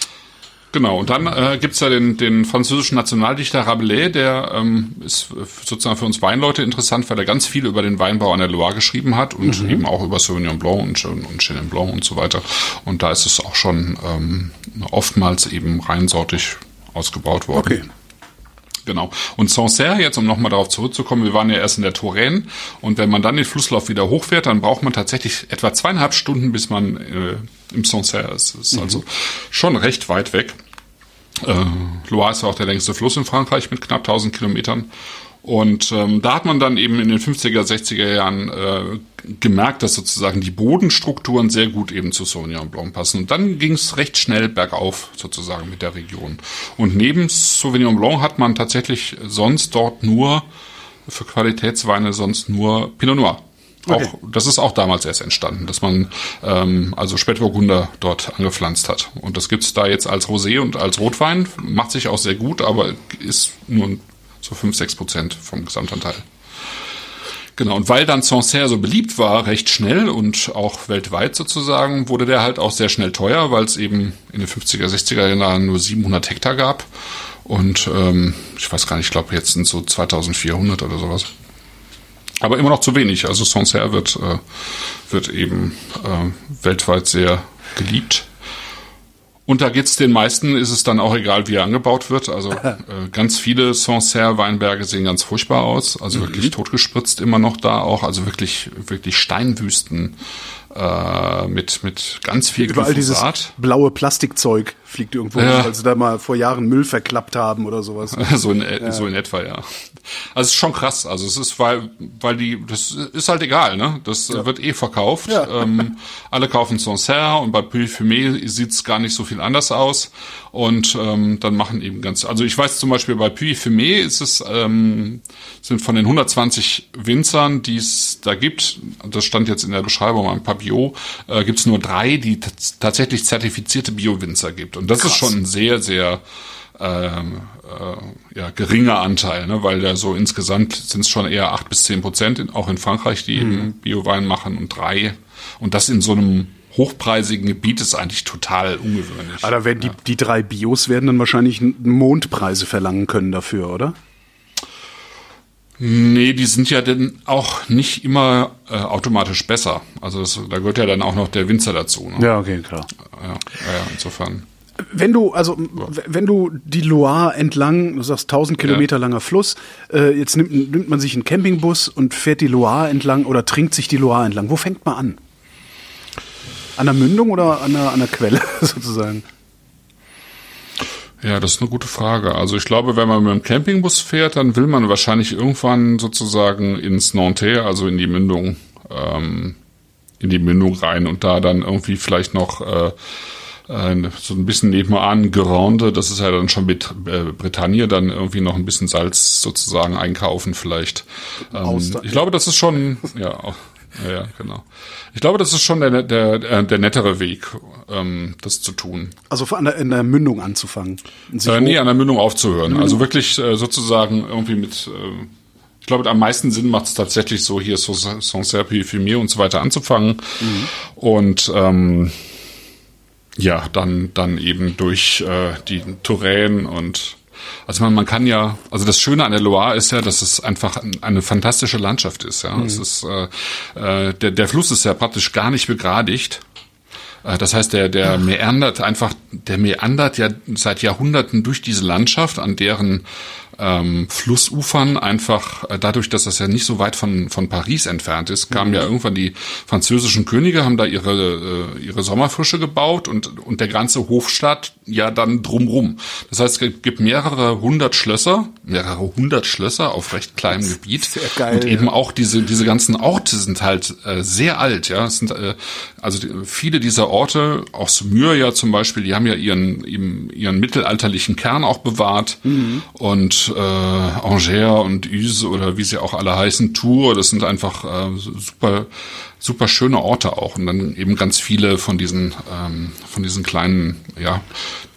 Genau, und dann äh, gibt's ja den, den französischen Nationaldichter Rabelais, der ähm, ist sozusagen für uns Weinleute interessant, weil er ganz viel über den Weinbau an der Loire geschrieben hat und mhm. eben auch über Sauvignon Blanc und, und Chenin Blanc und so weiter. Und da ist es auch schon ähm, oftmals eben reinsortig ausgebaut worden. Okay. Genau. Und Sancerre, jetzt um nochmal darauf zurückzukommen, wir waren ja erst in der Touraine und wenn man dann den Flusslauf wieder hochfährt, dann braucht man tatsächlich etwa zweieinhalb Stunden, bis man äh, im Sancerre ist. Das ist mhm. also schon recht weit weg. Äh, Loire ist ja auch der längste Fluss in Frankreich mit knapp tausend Kilometern. Und ähm, da hat man dann eben in den fünfziger, sechziger Jahren äh, gemerkt, dass sozusagen die Bodenstrukturen sehr gut eben zu Sauvignon Blanc passen. Und dann ging es recht schnell bergauf sozusagen mit der Region. Und neben Sauvignon Blanc hat man tatsächlich sonst dort nur, für Qualitätsweine sonst nur Pinot Noir. Okay. Auch, das ist auch damals erst entstanden, dass man ähm, also Spätburgunder dort angepflanzt hat. Und das gibt's da jetzt als Rosé und als Rotwein. Macht sich auch sehr gut, aber ist nur so fünf, sechs Prozent vom Gesamtanteil. Genau, und weil dann Sancerre so beliebt war, recht schnell und auch weltweit sozusagen, wurde der halt auch sehr schnell teuer, weil es eben in den fünfziger, sechziger Jahren nur siebenhundert Hektar gab. Und ähm, ich weiß gar nicht, ich glaube jetzt sind so zweitausendvierhundert oder sowas. Aber immer noch zu wenig. Also Sancerre wird, äh, wird eben äh, weltweit sehr geliebt. Und da geht's den meisten, ist es dann auch egal, wie er angebaut wird. Also äh, ganz viele Sancerre-Weinberge sehen ganz furchtbar aus. Also mhm. wirklich totgespritzt immer noch da auch. Also wirklich wirklich Steinwüsten äh, mit mit ganz viel Überall Glyphosat. Dieses blaue Plastikzeug fliegt irgendwo, ja. Weil sie da mal vor Jahren Müll verklappt haben oder sowas. so in ja. so in etwa, ja. Also es ist schon krass. Also es ist, weil weil die, das ist halt egal, ne? Das ja. wird eh verkauft. Ja. Ähm, alle kaufen Sancerre und bei Puy-Fumé sieht's gar nicht so viel anders aus. Und ähm, dann machen eben ganz, also ich weiß zum Beispiel bei Puy-Fumé ist es, ähm, sind von den hundertzwanzig Winzern, die es da gibt, das stand jetzt in der Beschreibung ein paar Bio, äh, gibt's nur drei, die t- tatsächlich zertifizierte Bio-Winzer gibt. Und das Krass. Ist schon ein sehr, sehr ähm, äh, ja, geringer Anteil, ne? Weil ja so insgesamt sind es schon eher acht bis zehn Prozent, in, auch in Frankreich, die mhm. eben Bio-Wein machen und drei. Und das in so einem hochpreisigen Gebiet ist eigentlich total ungewöhnlich. Aber wenn ja. die, die drei Bios werden dann wahrscheinlich Mondpreise verlangen können dafür, oder? Nee, die sind ja dann auch nicht immer äh, automatisch besser. Also das, da gehört ja dann auch noch der Winzer dazu. Ne? Ja, okay, klar. Ja, ja, ja, insofern. Wenn du, also, ja. wenn du die Loire entlang, du sagst tausend Kilometer ja. langer Fluss, äh, jetzt nimmt, nimmt man sich einen Campingbus und fährt die Loire entlang oder trinkt sich die Loire entlang. Wo fängt man an? An der Mündung oder an der, an der Quelle sozusagen? Ja, das ist eine gute Frage. Also ich glaube, wenn man mit dem Campingbus fährt, dann will man wahrscheinlich irgendwann sozusagen ins Nanterre, also in die Mündung, ähm, in die Mündung rein und da dann irgendwie vielleicht noch äh, äh, so ein bisschen nebenan Gironde, das ist ja dann schon mit äh, Bretagne, dann irgendwie noch ein bisschen Salz sozusagen einkaufen vielleicht. Ähm, ich glaube, das ist schon, ja, auch, ja, ja, genau. Ich glaube, das ist schon der, der, der nettere Weg, ähm, das zu tun. Also an der, in der Mündung anzufangen? Äh, nee, an der Mündung aufzuhören. Mündung. Also wirklich äh, sozusagen irgendwie mit, äh, ich glaube, am meisten Sinn macht es tatsächlich so, hier so Sancerre, Puy-Fumé und so weiter anzufangen. Mhm. Und ähm, ja, dann dann eben durch äh, die Touraine und also man, man kann ja, also das Schöne an der Loire ist ja, dass es einfach eine fantastische Landschaft ist. Ja, mhm. es ist äh, äh, der der Fluss ist ja praktisch gar nicht begradigt. Äh, das heißt, der der Ach. meandert einfach, der meandert ja seit Jahrhunderten durch diese Landschaft, an deren ähm, Flussufern einfach äh, dadurch, dass das ja nicht so weit von von Paris entfernt ist, kamen mhm. ja irgendwann die französischen Könige, haben da ihre äh, ihre Sommerfrische gebaut und und der ganze Hofstaat ja dann drumrum. Das heißt, es gibt mehrere hundert Schlösser, mehrere hundert Schlösser auf recht kleinem Gebiet. Sehr geil, und eben ja. auch diese diese ganzen Orte sind halt äh, sehr alt. Ja, es sind äh, also die, viele dieser Orte, auch Saumur ja zum Beispiel, die haben ja ihren ihren, ihren mittelalterlichen Kern auch bewahrt mhm. und äh, Angers und Uzes oder wie sie auch alle heißen, Tours, das sind einfach äh, super super schöne Orte auch und dann eben ganz viele von diesen ähm, von diesen kleinen ja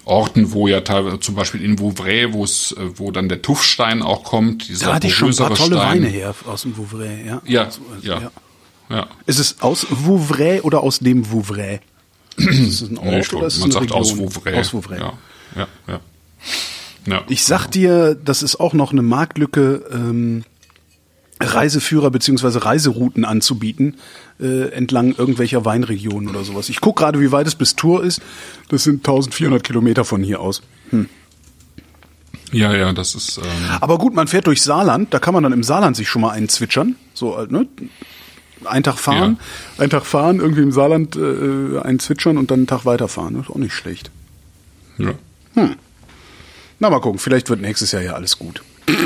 Orten, wo ja teilweise, zum Beispiel in Vouvray, wo es, wo dann der Tuffstein auch kommt, dieser Da hatte ich schon ein paar tolle Stein. Weine her aus dem Vouvray, ja. Ja, also, ja, ja. ja. Ist es aus Vouvray oder aus dem Vouvray? Ist es ein Ort Nee, ich glaub, oder ist es man eine sagt Region? aus Vouvray. Aus Vouvray. Ja, ja, ja. ja. Ich sag dir, das ist auch noch eine Marktlücke, ähm, Reiseführer beziehungsweise Reiserouten anzubieten, äh, entlang irgendwelcher Weinregionen oder sowas. Ich gucke gerade, wie weit es bis Tours ist. Das sind eintausendvierhundert Kilometer von hier aus. Hm. Ja, ja, das ist. Ähm Aber gut, man fährt durch Saarland, da kann man dann im Saarland sich schon mal einzwitschern. So, äh, ne? Ein Tag fahren, ja. ein Tag fahren, irgendwie im Saarland äh, einzwitschern und dann einen Tag weiterfahren. Das ist auch nicht schlecht. Ja. Hm. Na, mal gucken, vielleicht wird nächstes Jahr ja alles gut.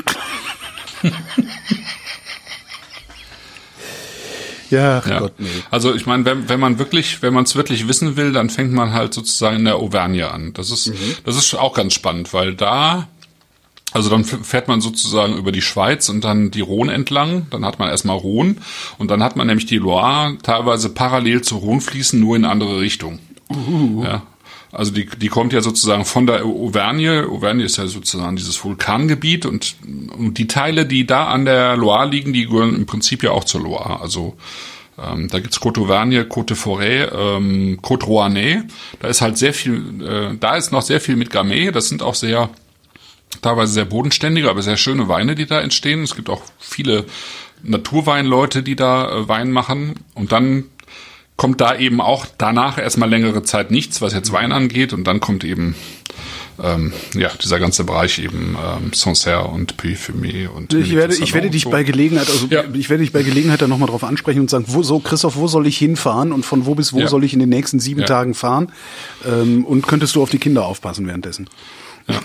Ja, ach ja. Gott, nee. Also ich meine, wenn, wenn man wirklich, wenn man es wirklich wissen will, dann fängt man halt sozusagen in der Auvergne an. Das ist, mhm. das ist auch ganz spannend, weil da, also dann fährt man sozusagen über die Schweiz und dann die Rhone entlang. Dann hat man erstmal Rhone und dann hat man nämlich die Loire teilweise parallel zur Rhone fließen, nur in eine andere Richtung. Uh. Ja. Also die, die kommt ja sozusagen von der Auvergne. Auvergne ist ja sozusagen dieses Vulkangebiet und, und die Teile, die da an der Loire liegen, die gehören im Prinzip ja auch zur Loire. Also ähm, da gibt's Côte Auvergne, Côte de Forêt, ähm, Côte Rouennais. Da ist halt sehr viel, äh, da ist noch sehr viel mit Gamay. Das sind auch sehr, teilweise sehr bodenständige, aber sehr schöne Weine, die da entstehen. Es gibt auch viele Naturweinleute, die da äh, Wein machen. Und dann kommt da eben auch danach erstmal längere Zeit nichts, was jetzt Wein angeht. Und dann kommt eben ähm, ja dieser ganze Bereich eben ähm, Sancerre und Puy-Fumé und ich werde ich werde dich so. bei Gelegenheit also ja. ich werde dich bei Gelegenheit dann nochmal drauf ansprechen und sagen, wo so Christoph, wo soll ich hinfahren und von wo bis wo ja. soll ich in den nächsten sieben ja. Tagen fahren? Ähm, und könntest du auf die Kinder aufpassen währenddessen? Ja.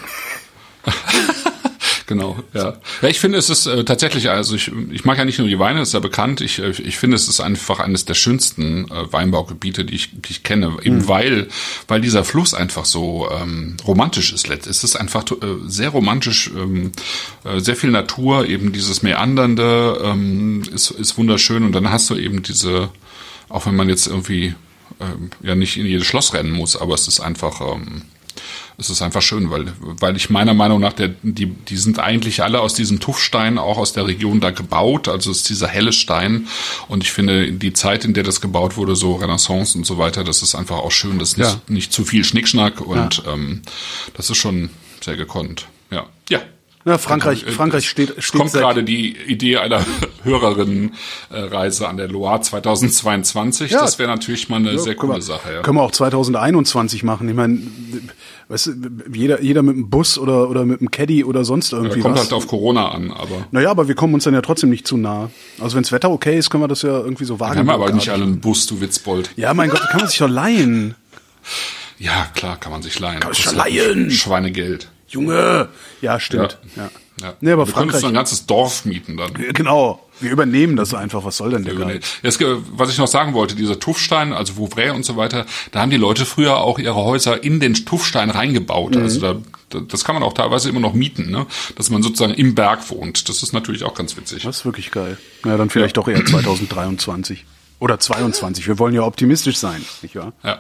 Genau, ja. Ja, ich finde, es ist äh, tatsächlich, also ich, ich mag ja nicht nur die Weine, das ist ja bekannt, ich, ich finde, es ist einfach eines der schönsten äh, Weinbaugebiete, die ich, die ich kenne, eben mhm. weil, weil dieser Fluss einfach so ähm, romantisch ist. Es ist einfach äh, sehr romantisch, ähm, äh, sehr viel Natur, eben dieses Meandernde ähm, ist, ist wunderschön und dann hast du eben diese, auch wenn man jetzt irgendwie äh, ja nicht in jedes Schloss rennen muss, aber es ist einfach ähm, es ist einfach schön, weil weil ich meiner Meinung nach, der die die sind eigentlich alle aus diesem Tuffstein, auch aus der Region da gebaut, also es ist dieser helle Stein und ich finde, die Zeit, in der das gebaut wurde, so Renaissance und so weiter, das ist einfach auch schön, das ist nicht, ja. nicht zu viel Schnickschnack und ja. ähm, das ist schon sehr gekonnt. Ja, ja. Ja, Frankreich, Frankreich steht, es steht kommt seit gerade die Idee einer Hörerinnenreise an der Loire zweitausendzweiundzwanzig. Ja, das wäre natürlich mal eine ja, sehr coole wir, Sache. Ja. Können wir auch zweitausendeinundzwanzig machen. Ich meine, weißt du, jeder, jeder mit dem Bus oder, oder mit dem Caddy oder sonst irgendwie ja, kommt was. halt auf Corona an, aber. Naja, aber wir kommen uns dann ja trotzdem nicht zu nah. Also wenns Wetter okay ist, können wir das ja irgendwie so wagen. Wir haben aber nicht alle einen Bus, du Witzbold. Ja, mein Gott, kann man sich doch leihen. Ja, klar, kann man sich leihen. Kann man sich doch leihen. Schweinegeld. Junge! Ja, stimmt. Ja. Ja. Ja. Nee, aber wir Frankreich, können uns ein ganzes Dorf mieten dann. Genau, wir übernehmen das einfach. Was soll denn der Geil? Jetzt, was ich noch sagen wollte, dieser Tuffstein, also Vouvray und so weiter, da haben die Leute früher auch ihre Häuser in den Tuffstein reingebaut. Mhm. Also da, das kann man auch teilweise immer noch mieten, ne? Dass man sozusagen im Berg wohnt. Das ist natürlich auch ganz witzig. Das ist wirklich geil. Ja, dann vielleicht ja. doch eher zweitausenddreiundzwanzig. Oder zweiundzwanzig. Wir wollen ja optimistisch sein, nicht wahr? Ja.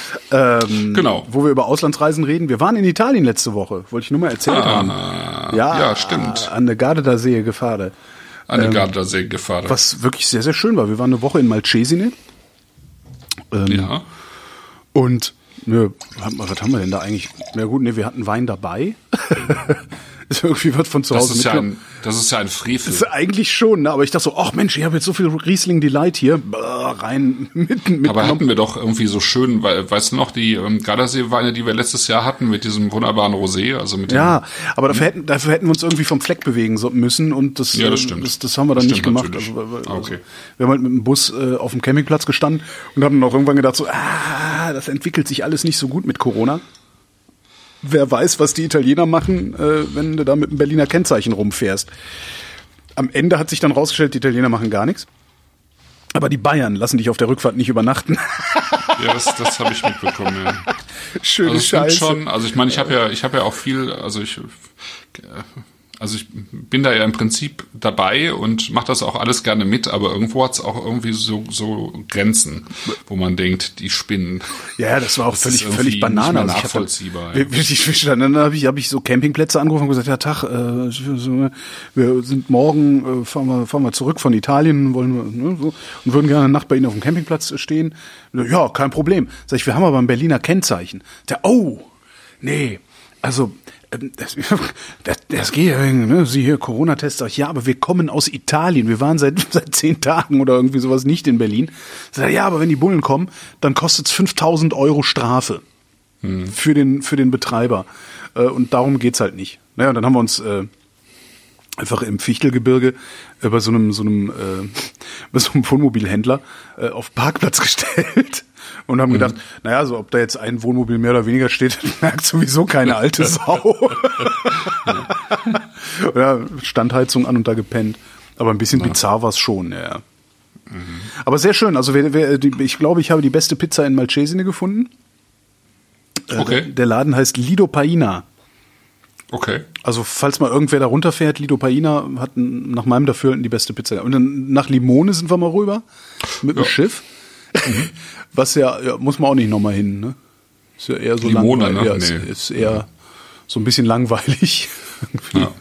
Ähm, genau. Wo wir über Auslandsreisen reden. Wir waren in Italien letzte Woche. Wollte ich nur mal erzählt ah, haben. Ja, ja, stimmt. An der Garda See gefahren. An der ähm, Garda See gefahren. Was wirklich sehr, sehr schön war. Wir waren eine Woche in Malcesine. Ähm, ja. Und, ne, was haben wir denn da eigentlich? Na gut, ne, wir hatten Wein dabei. Ist irgendwie was von zu Hause das ist, ja ein, das ist ja ein Frevel. Das ist eigentlich schon, ne? Aber ich dachte so, ach Mensch, ich habe jetzt so viel Riesling Delight hier, Blah, rein mitten mit. Aber hatten wir doch irgendwie so schön, weil, weißt du noch, die ähm, Gardasee-Weine, die wir letztes Jahr hatten mit diesem wunderbaren Rosé, also mit dem, ja, aber dafür hätten, dafür hätten wir uns irgendwie vom Fleck bewegen müssen und das, ja, das, stimmt. das, das haben wir dann das nicht gemacht. Also, also, okay. Wir haben halt mit dem Bus äh, auf dem Campingplatz gestanden und haben dann auch irgendwann gedacht so, ah, das entwickelt sich alles nicht so gut mit Corona. Wer weiß, was die Italiener machen, äh, wenn du da mit einem Berliner Kennzeichen rumfährst. Am Ende hat sich dann rausgestellt, die Italiener machen gar nichts. Aber die Bayern lassen dich auf der Rückfahrt nicht übernachten. Ja, das, das habe ich mitbekommen. Ja. Schöne also Scheiße. Schon, also ich meine, ich habe ja, ich habe ja auch viel, also ich Also ich bin da ja im Prinzip dabei und mache das auch alles gerne mit, aber irgendwo hat es auch irgendwie so, so Grenzen, wo man denkt, die spinnen. Ja, das war auch das völlig, völlig Banane. Nicht mehr nachvollziehbar. Also ich hatte, ja. Dann habe ich, hab ich so Campingplätze angerufen und gesagt, ja Tag, äh, so, wir sind morgen, äh, fahren, wir, fahren wir zurück von Italien wollen wir, ne, so, und würden gerne eine Nacht bei Ihnen auf dem Campingplatz stehen. Ja, kein Problem. Sag ich, wir haben aber ein Berliner Kennzeichen. Der, oh, nee, also Das, das, das geht ja, ne? Sie hier Corona-Test, sag ich, ja, aber wir kommen aus Italien. Wir waren seit seit zehn Tagen oder irgendwie sowas nicht in Berlin. Sag ich, ja, aber wenn die Bullen kommen, dann kostet's fünftausend Euro Strafe hm. für den für den Betreiber. Und darum geht's halt nicht. Naja, und dann haben wir uns äh, einfach im Fichtelgebirge äh, bei so einem so einem äh, bei so einem Wohnmobilhändler äh, auf Parkplatz gestellt. Und haben gedacht, mhm. naja, so ob da jetzt ein Wohnmobil mehr oder weniger steht, merkt sowieso keine alte Sau. Oder Standheizung an und da gepennt. Aber ein bisschen ja. bizarr war es schon, ja. Mhm. Aber sehr schön. Also wer, wer, die, ich glaube, ich habe die beste Pizza in Malcesine gefunden. Okay. Äh, der Laden heißt Lido Paina. Okay. Also falls mal irgendwer da runterfährt, Lido Paina hat nach meinem Dafürhalten die beste Pizza. Und dann nach Limone sind wir mal rüber mit dem ja. Schiff. Mhm. Was ja, ja, muss man auch nicht nochmal hin, ne? Ist ja eher so Limone, langweilig. Ne? Ja, ist, nee. ist eher ja. so ein bisschen langweilig. Ja.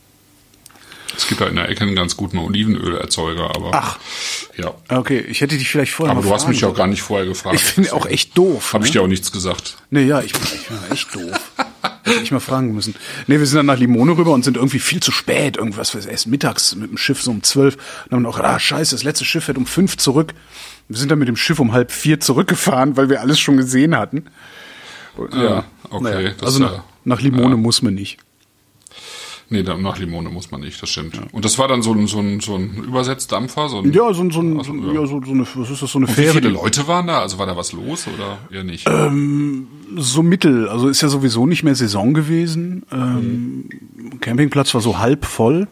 Es gibt da in der Ecke einen ganz guten Olivenölerzeuger, aber. Ach. Ja. Okay, ich hätte dich vielleicht vorher Aber du fragen hast mich ja auch gar nicht vorher gefragt. Ich finde auch echt doof. Habe ne? ich dir auch nichts gesagt. Nee, ja, ich bin, ich bin echt doof. Hätte ich mal fragen müssen. Nee, wir sind dann nach Limone rüber und sind irgendwie viel zu spät. Irgendwas, wir erst mittags mit dem Schiff so um zwölf. Und dann haben wir auch, ah, scheiße, das letzte Schiff fährt um fünf zurück. Wir sind dann mit dem Schiff um halb vier zurückgefahren, weil wir alles schon gesehen hatten. Und, ja, ja, okay. Naja, Das also ja, nach, nach Limone ja. muss man nicht. Nee, nach Limone muss man nicht, das stimmt. Ja. Und das war dann so ein, so ein, so ein Übersetzdampfer? So ein, ja, so ein, so ein, also, so, ja. so, so eine, was ist das, so eine Und Fähre. Wie viele Leute waren da? Also war da was los oder eher nicht? Ähm, so mittel. Also ist ja sowieso nicht mehr Saison gewesen. Ähm, mhm. Campingplatz war so halb voll.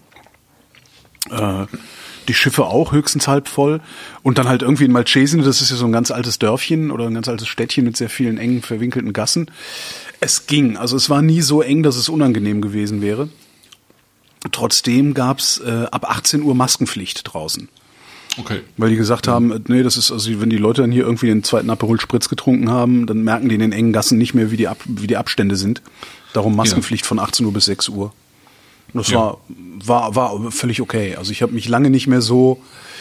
Äh, die Schiffe auch höchstens halb voll. Und dann halt irgendwie in Malcesine, das ist ja so ein ganz altes Dörfchen oder ein ganz altes Städtchen mit sehr vielen engen, verwinkelten Gassen. Es ging. Also es war nie so eng, dass es unangenehm gewesen wäre. Trotzdem gab's äh, ab achtzehn Uhr Maskenpflicht draußen. Okay. Weil die gesagt haben, nee, das ist, also wenn die Leute dann hier irgendwie den zweiten Aperol Spritz getrunken haben, dann merken die in den engen Gassen nicht mehr, wie die, Ab, wie die Abstände sind. Darum Maskenpflicht ja. von achtzehn Uhr bis sechs Uhr. Das ja. war, war, war völlig okay. Also ich habe mich lange nicht mehr so,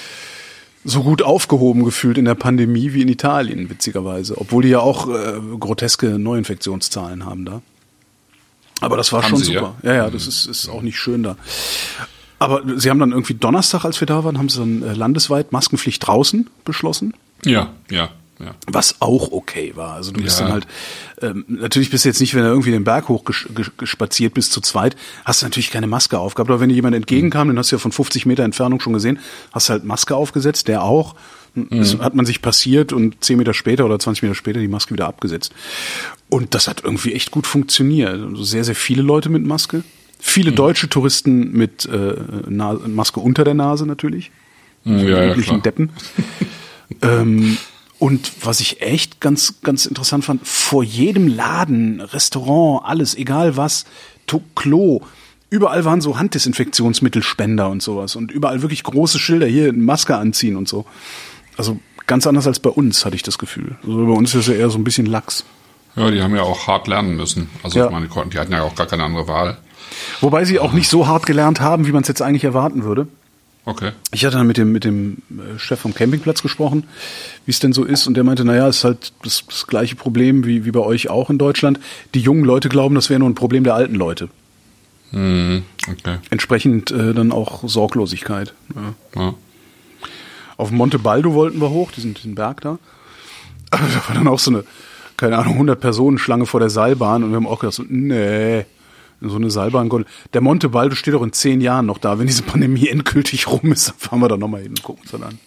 so gut aufgehoben gefühlt in der Pandemie wie in Italien, witzigerweise. Obwohl die ja auch äh, groteske Neuinfektionszahlen haben da. Aber das war haben schon sie, super. Ja, ja, ja das ist, ist auch nicht schön da. Aber sie haben dann irgendwie Donnerstag, als wir da waren, haben sie dann äh, landesweit Maskenpflicht draußen beschlossen. Ja, ja. Ja. Was auch okay war. Also du bist ja. dann halt, ähm, natürlich bist du jetzt nicht, wenn du irgendwie den Berg hoch ges- ges- gespaziert bist zu zweit, hast du natürlich keine Maske aufgehabt. Aber wenn dir jemand entgegenkam, mhm. den hast du ja von fünfzig Meter Entfernung schon gesehen, hast du halt Maske aufgesetzt, der auch. Mhm. Das hat man sich passiert und zehn Meter später oder zwanzig Meter später die Maske wieder abgesetzt. Und das hat irgendwie echt gut funktioniert. Also sehr, sehr viele Leute mit Maske. Viele mhm. deutsche Touristen mit äh, Na- Maske unter der Nase natürlich. Mhm, so ja, üblichen ja, Deppen. ähm, Und was ich echt ganz, ganz interessant fand, vor jedem Laden, Restaurant, alles, egal was, to- Klo, überall waren so Handdesinfektionsmittelspender und sowas und überall wirklich große Schilder, hier Maske anziehen und so. Also ganz anders als bei uns, hatte ich das Gefühl. Also bei uns ist es ja eher so ein bisschen lax. Ja, die haben ja auch hart lernen müssen. Also ja. ich meine, die hatten ja auch gar keine andere Wahl. Wobei sie auch nicht so hart gelernt haben, wie man es jetzt eigentlich erwarten würde. Okay. Ich hatte dann mit dem mit dem Chef vom Campingplatz gesprochen, wie es denn so ist, und der meinte, naja, es ist halt das, das gleiche Problem wie wie bei euch auch in Deutschland. Die jungen Leute glauben, das wäre nur ein Problem der alten Leute. Mhm. Okay. Entsprechend äh, dann auch Sorglosigkeit. Ja. Ja. Auf Monte Baldo wollten wir hoch, diesen, diesen Berg da. Aber da war dann auch so eine, keine Ahnung, hundert Personen Schlange vor der Seilbahn und wir haben auch gedacht, so, nee, so eine Seilbahn. Der Monte Baldo steht auch in zehn Jahren noch da. Wenn diese Pandemie endgültig rum ist, dann fahren wir da nochmal hin und gucken uns dann an.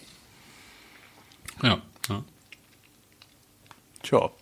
Ja, ja. Tja.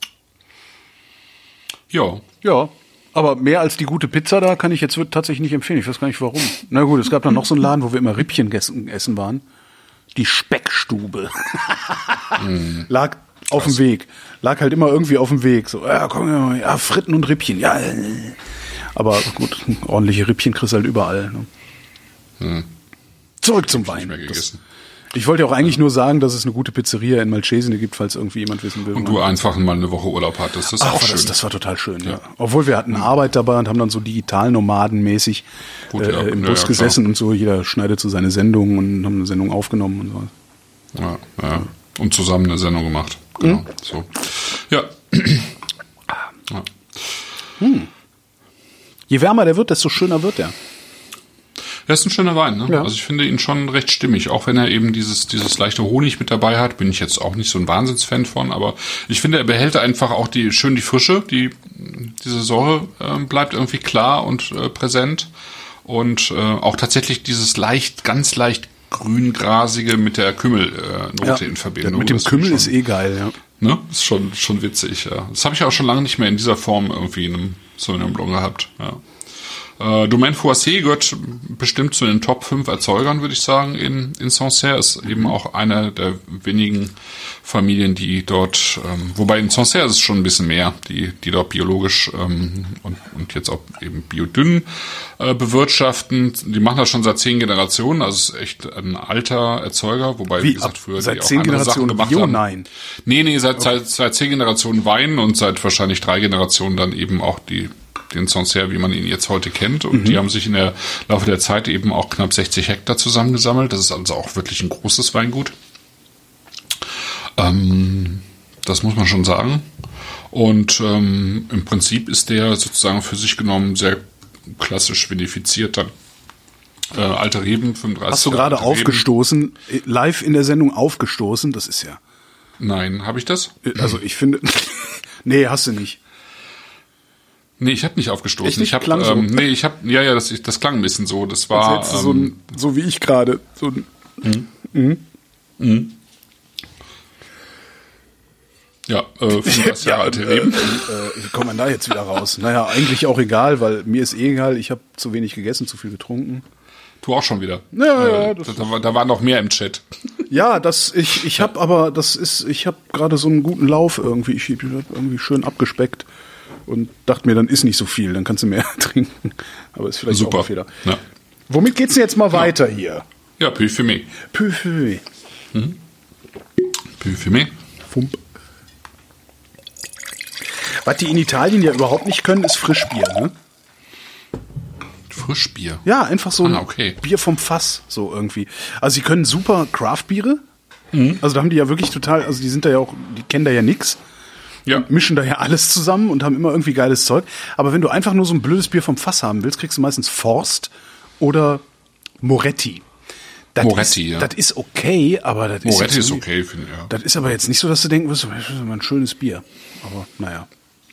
Ja. Ja, aber mehr als die gute Pizza da kann ich jetzt tatsächlich nicht empfehlen. Ich weiß gar nicht warum. Na gut, es gab dann noch so einen Laden, wo wir immer Rippchen gessen, essen waren. Die Speckstube. mm. Lag auf dem Weg. Lag halt immer irgendwie auf dem Weg. So, ja, komm, ja, Fritten und Rippchen. Ja, Aber gut, ordentliche Rippchen kriegst du halt überall. Ne? Hm. Zurück zum Wein. Das, ich wollte auch eigentlich nur sagen, dass es eine gute Pizzeria in Malcesine gibt, falls irgendwie jemand wissen will. Und du einfach mal eine Woche Urlaub hattest. Das ist Ach, auch schön. Das, das war total schön, ja. ja. Obwohl wir hatten Arbeit dabei und haben dann so digital-nomadenmäßig Gut, äh, ja. im ja, Bus ja, gesessen und so. Jeder schneidet so seine Sendung und haben eine Sendung aufgenommen und so. Ja, ja. Und zusammen eine Sendung gemacht. Genau. Mhm. So. Ja. ja. Hm. Je wärmer der wird, desto schöner wird er. Das ist ein schöner Wein, ne? Ja. Also ich finde ihn schon recht stimmig, auch wenn er eben dieses dieses leichte Honig mit dabei hat, bin ich jetzt auch nicht so ein Wahnsinnsfan von, aber ich finde, er behält einfach auch die schön die Frische, die diese Säure äh, bleibt irgendwie klar und äh, präsent und äh, auch tatsächlich dieses leicht, ganz leicht grüngrasige mit der Kümmelnote äh, ja, in Verbindung. Mit dem das Kümmel schon, ist eh geil, ja. Ne? Ist schon schon witzig, ja. Das habe ich auch schon lange nicht mehr in dieser Form irgendwie in einem, so in einem Blog gehabt, ja. Äh, Domaine Foissé gehört bestimmt zu den Top fünf Erzeugern, würde ich sagen, in, in Sancerre. Ist eben auch eine der wenigen Familien, die dort, ähm, wobei in Sancerre ist es schon ein bisschen mehr, die, die dort biologisch ähm, und, und jetzt auch eben biodünn äh, bewirtschaften. Die machen das schon seit zehn Generationen, also es ist echt ein alter Erzeuger, wobei, wie, wie gesagt, früher seit die auch zehn andere Generationen Sachen gemacht Bio? haben. Nein. Nee, nee, seit, seit, seit zehn Generationen Wein und seit wahrscheinlich drei Generationen dann eben auch die den Sancerre, wie man ihn jetzt heute kennt. Und mhm. die haben sich in der Laufe der Zeit eben auch knapp sechzig Hektar zusammengesammelt. Das ist also auch wirklich ein großes Weingut. Ähm, das muss man schon sagen. Und ähm, im Prinzip ist der sozusagen für sich genommen sehr klassisch vinifiziert. Dann äh, alte Reben, fünfunddreißig. Hast du gerade aufgestoßen, live in der Sendung aufgestoßen? Das ist ja... Nein, habe ich das? Also ich finde... nee, hast du nicht. Nee, ich habe nicht aufgestoßen. Echt nicht? Ich habe Klang so. ähm, nee, ich habe ja ja, das das klang ein bisschen so, das war ähm, so, ein, so wie ich gerade so ein, mhm. Mhm. Mhm. Ja, äh, fünfunddreißig Jahre alte Reben. Äh, äh, wie kommt man da jetzt wieder raus? Naja, eigentlich auch egal, weil mir ist eh egal, ich habe zu wenig gegessen, zu viel getrunken. Du auch schon wieder. Ja, äh, ja, das da, da, da war noch mehr im Chat. Ja, das ich ich habe aber das ist ich habe gerade so einen guten Lauf irgendwie, ich habe irgendwie schön abgespeckt. Und dachte mir, dann ist nicht so viel, dann kannst du mehr trinken. Aber ist vielleicht Super. auch ein Fehler. Ja. Womit geht's denn jetzt mal weiter ja. hier? Ja, Parfumé. Parfumé. Mhm. Parfumé. Fump. Was die in Italien ja überhaupt nicht können, ist Frischbier, ne? Frischbier? Ja, einfach so ein ah, okay. Bier vom Fass, so irgendwie. Also sie können super Craftbiere. Mhm. Also da haben die ja wirklich total, also die sind da ja auch, die kennen da ja nix. Ja. Und mischen da ja alles zusammen und haben immer irgendwie geiles Zeug. Aber wenn du einfach nur so ein blödes Bier vom Fass haben willst, kriegst du meistens Forst oder Moretti. Das Moretti, ist, ja. Das ist okay, aber das Moretti ist, ist okay, finde ich. Ja. Das ist aber jetzt nicht so, dass du denken wirst, das ist mal ein schönes Bier. Aber naja.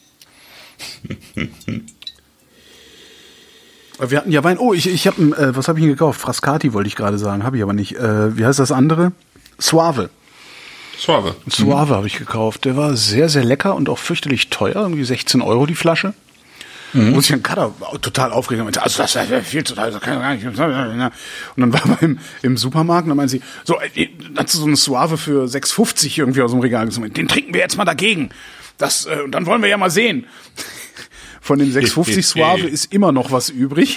Wir hatten ja Wein. Oh, ich, ich habe, äh, was habe ich denn gekauft? Frascati wollte ich gerade sagen, habe ich aber nicht. Äh, wie heißt das andere? Suave. Suave. Suave mhm. habe ich gekauft. Der war sehr, sehr lecker und auch fürchterlich teuer. Irgendwie sechzehn Euro die Flasche. Mhm. Und sich ein Cutter total aufgeregt und meinte, also das ist viel zu teuer, das kann ich gar nicht. Und dann war wir im, im Supermarkt und dann meinte sie, so, dann hast du so eine Suave für sechs fünfzig irgendwie aus dem Regal gezogen. Den trinken wir jetzt mal dagegen. Das, äh, und dann wollen wir ja mal sehen. Von den sechs fünfzig Suave ist immer noch was übrig.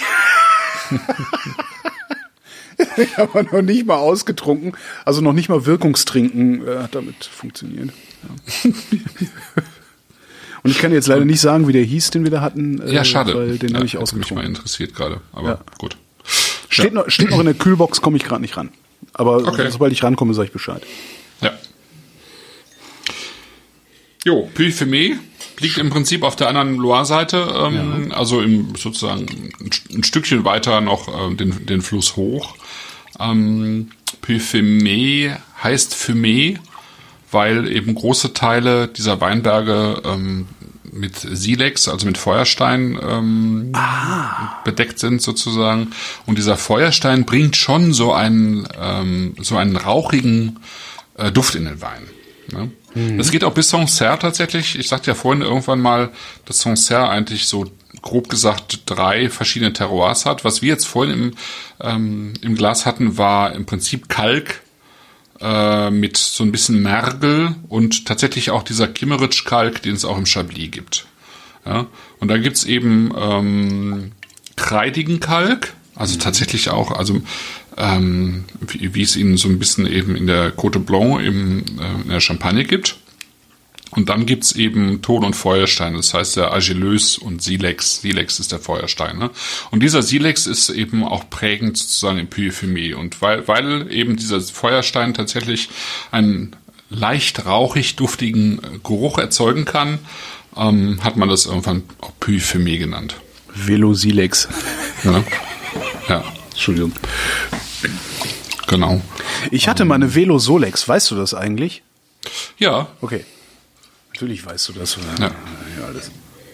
Ich habe noch nicht mal ausgetrunken, also noch nicht mal Wirkungstrinken äh, hat damit funktioniert. Ja. Und ich kann jetzt leider nicht sagen, wie der hieß, den wir da hatten. Äh, ja, schade. Weil den ja, habe ich ausgetrunken. ausgetrunken. Mich mal interessiert gerade, aber ja. gut. Steht, ja. noch, steht noch in der Kühlbox, komme ich gerade nicht ran. Aber okay. sobald ich rankomme, sage ich Bescheid. Ja. Jo, Parfumé liegt im Prinzip auf der anderen Loire-Seite, ähm, ja. also im, sozusagen ein, ein Stückchen weiter noch äh, den, den Fluss hoch. Ähm, Parfumé heißt Fumé, weil eben große Teile dieser Weinberge ähm, mit Silex, also mit Feuerstein ähm, ah. bedeckt sind sozusagen. Und dieser Feuerstein bringt schon so einen ähm, so einen rauchigen äh, Duft in den Wein. Ne? Mhm. Das geht auch bis Sancerre tatsächlich. Ich sagte ja vorhin irgendwann mal, dass Sancerre eigentlich so grob gesagt drei verschiedene Terroirs hat. Was wir jetzt vorhin im, ähm, im Glas hatten, war im Prinzip Kalk äh, mit so ein bisschen Mergel und tatsächlich auch dieser Kimmeridge-Kalk, den es auch im Chablis gibt. Ja, und da gibt's eben ähm, kreidigen Kalk, also tatsächlich auch, also ähm, wie, wie es ihn so ein bisschen eben in der Côte Blanc eben äh, in der Champagne gibt. Und dann gibt's eben Ton- und Feuerstein, das heißt der Argilös und Silex. Silex ist der Feuerstein. Ne? Und dieser Silex ist eben auch prägend sozusagen im Puy Fumé. Und weil, weil eben dieser Feuerstein tatsächlich einen leicht rauchig duftigen Geruch erzeugen kann, ähm, hat man das irgendwann auch Puy Fumé genannt. Velo Silex. Ja. Ja. Entschuldigung. Genau. Ich hatte mal eine Velo Solex, weißt du das eigentlich? Ja. Okay. Natürlich weißt du das. Ja. Ja, alles.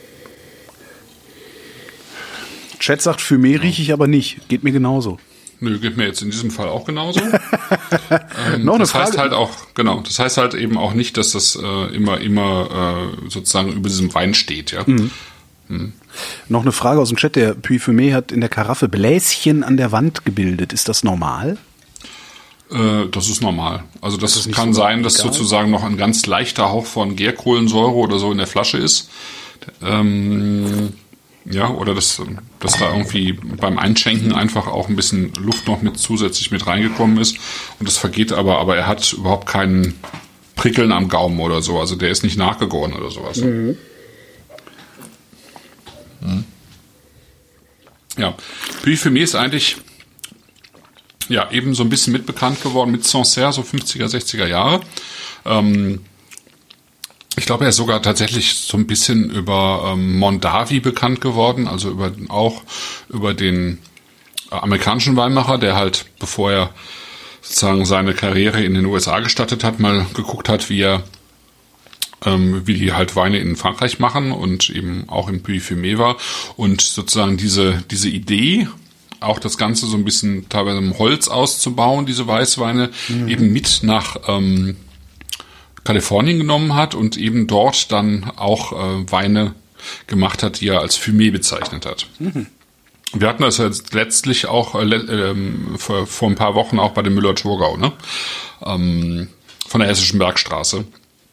Chat sagt, Fumé rieche ich aber nicht. Geht mir genauso. Nö, geht mir jetzt in diesem Fall auch genauso. ähm, Noch eine das Frage. heißt halt auch, genau, das heißt halt eben auch nicht, dass das äh, immer, immer äh, sozusagen über diesem Wein steht, ja. Mhm. Mhm. Noch eine Frage aus dem Chat. Der Puy Fumé hat in der Karaffe Bläschen an der Wand gebildet. Ist das normal? Das ist normal. Also das, das kann so sein, dass egal? sozusagen noch ein ganz leichter Hauch von Gärkohlensäure oder so in der Flasche ist. Ähm, ja, oder dass, dass da irgendwie beim Einschenken einfach auch ein bisschen Luft noch mit zusätzlich mit reingekommen ist. Und das vergeht aber, aber er hat überhaupt keinen Prickeln am Gaumen oder so. Also der ist nicht nachgegoren oder sowas. Mhm. Mhm. Ja, Puy Fumé ist eigentlich ja, eben so ein bisschen mitbekannt geworden mit Sancerre, so fünfziger, sechziger Jahre. Ähm, ich glaube, er ist sogar tatsächlich so ein bisschen über ähm, Mondavi bekannt geworden, also über auch über den äh, amerikanischen Weinmacher, der halt, bevor er sozusagen seine Karriere in den U S A gestartet hat, mal geguckt hat, wie er ähm, wie die halt Weine in Frankreich machen und eben auch im Puy Fumé war. Und sozusagen diese diese Idee, auch das Ganze so ein bisschen teilweise im Holz auszubauen, diese Weißweine, mhm. eben mit nach ähm, Kalifornien genommen hat und eben dort dann auch äh, Weine gemacht hat, die er als Fumé bezeichnet hat. Mhm. Wir hatten das jetzt letztlich auch äh, äh, vor, vor ein paar Wochen auch bei dem Müller-Thurgau, ne? Ähm, von der Hessischen Bergstraße.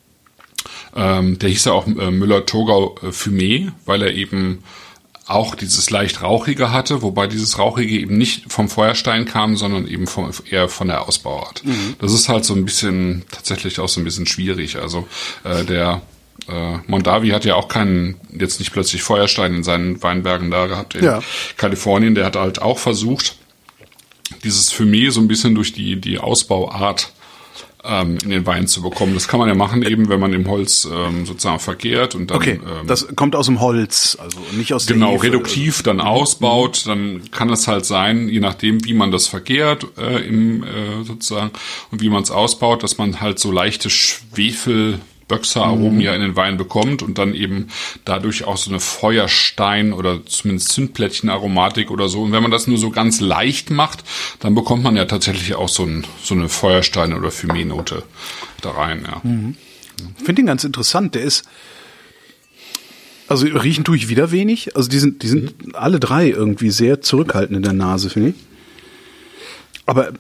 Ähm, der hieß ja auch äh, Müller-Thurgau äh, Fumé, weil er eben auch dieses leicht Rauchige hatte, wobei dieses Rauchige eben nicht vom Feuerstein kam, sondern eben vom, eher von der Ausbauart. Mhm. Das ist halt so ein bisschen, tatsächlich auch so ein bisschen schwierig. Also äh, der äh, Mondavi hat ja auch keinen, jetzt nicht plötzlich Feuerstein in seinen Weinbergen da gehabt in ja. Kalifornien. Der hat halt auch versucht, dieses Fumé so ein bisschen durch die, die Ausbauart in den Wein zu bekommen. Das kann man ja machen, eben wenn man im Holz ähm, sozusagen verkehrt und dann okay, ähm, das kommt aus dem Holz, also nicht aus der genau Hefe. reduktiv dann ausbaut, dann kann es halt sein, je nachdem wie man das verkehrt äh, im äh, sozusagen und wie man es ausbaut, dass man halt so leichte Schwefel Böxeraromen mhm. ja in den Wein bekommt und dann eben dadurch auch so eine Feuerstein- oder zumindest Zündplättchen-Aromatik oder so. Und wenn man das nur so ganz leicht macht, dann bekommt man ja tatsächlich auch so, ein, so eine Feuerstein- oder Fumé-Note da rein. Ja. Mhm. Ich finde den ganz interessant. Der ist, also riechen tue ich wieder wenig. Also die sind, die sind mhm. alle drei irgendwie sehr zurückhaltend in der Nase, finde ich. Aber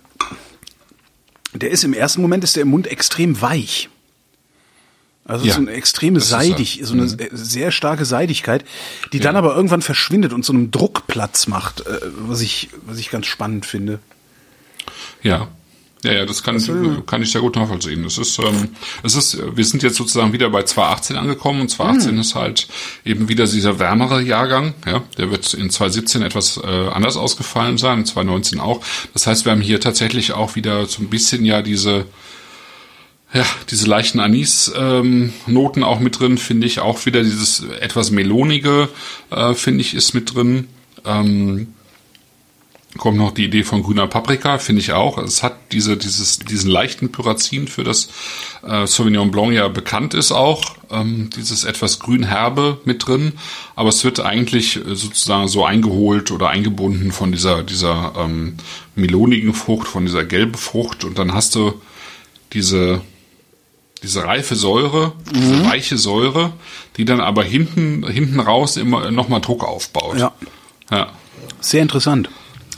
der ist im ersten Moment, ist der im Mund extrem weich. Also ja, so eine extreme Seidig, so eine mhm. sehr starke Seidigkeit, die ja. dann aber irgendwann verschwindet und so einem Druck Platz macht, was ich, was ich ganz spannend finde. Ja, ja, ja, das kann, also, kann ich sehr gut nachvollziehen. Das ist, ähm, es ist, wir sind jetzt sozusagen wieder bei zwanzig achtzehn angekommen und zwanzig achtzehn mhm. ist halt eben wieder dieser wärmere Jahrgang. Ja, der wird in zwanzig siebzehn etwas äh, anders ausgefallen sein, in zwanzig neunzehn auch. Das heißt, wir haben hier tatsächlich auch wieder so ein bisschen ja diese Ja, diese leichten Anis-Noten ähm, auch mit drin, finde ich. Auch wieder dieses etwas Melonige, äh, finde ich, ist mit drin. Ähm, kommt noch die Idee von grüner Paprika, finde ich auch. Es hat diese, dieses, diesen leichten Pyrazin, für das äh, Sauvignon Blanc ja bekannt ist auch. Ähm, dieses etwas grün-herbe mit drin. Aber es wird eigentlich sozusagen so eingeholt oder eingebunden von dieser, dieser ähm, melonigen Frucht, von dieser gelben Frucht. Und dann hast du diese... diese reife Säure, mhm. diese weiche Säure, die dann aber hinten hinten raus immer nochmal Druck aufbaut. Ja. ja. Sehr interessant.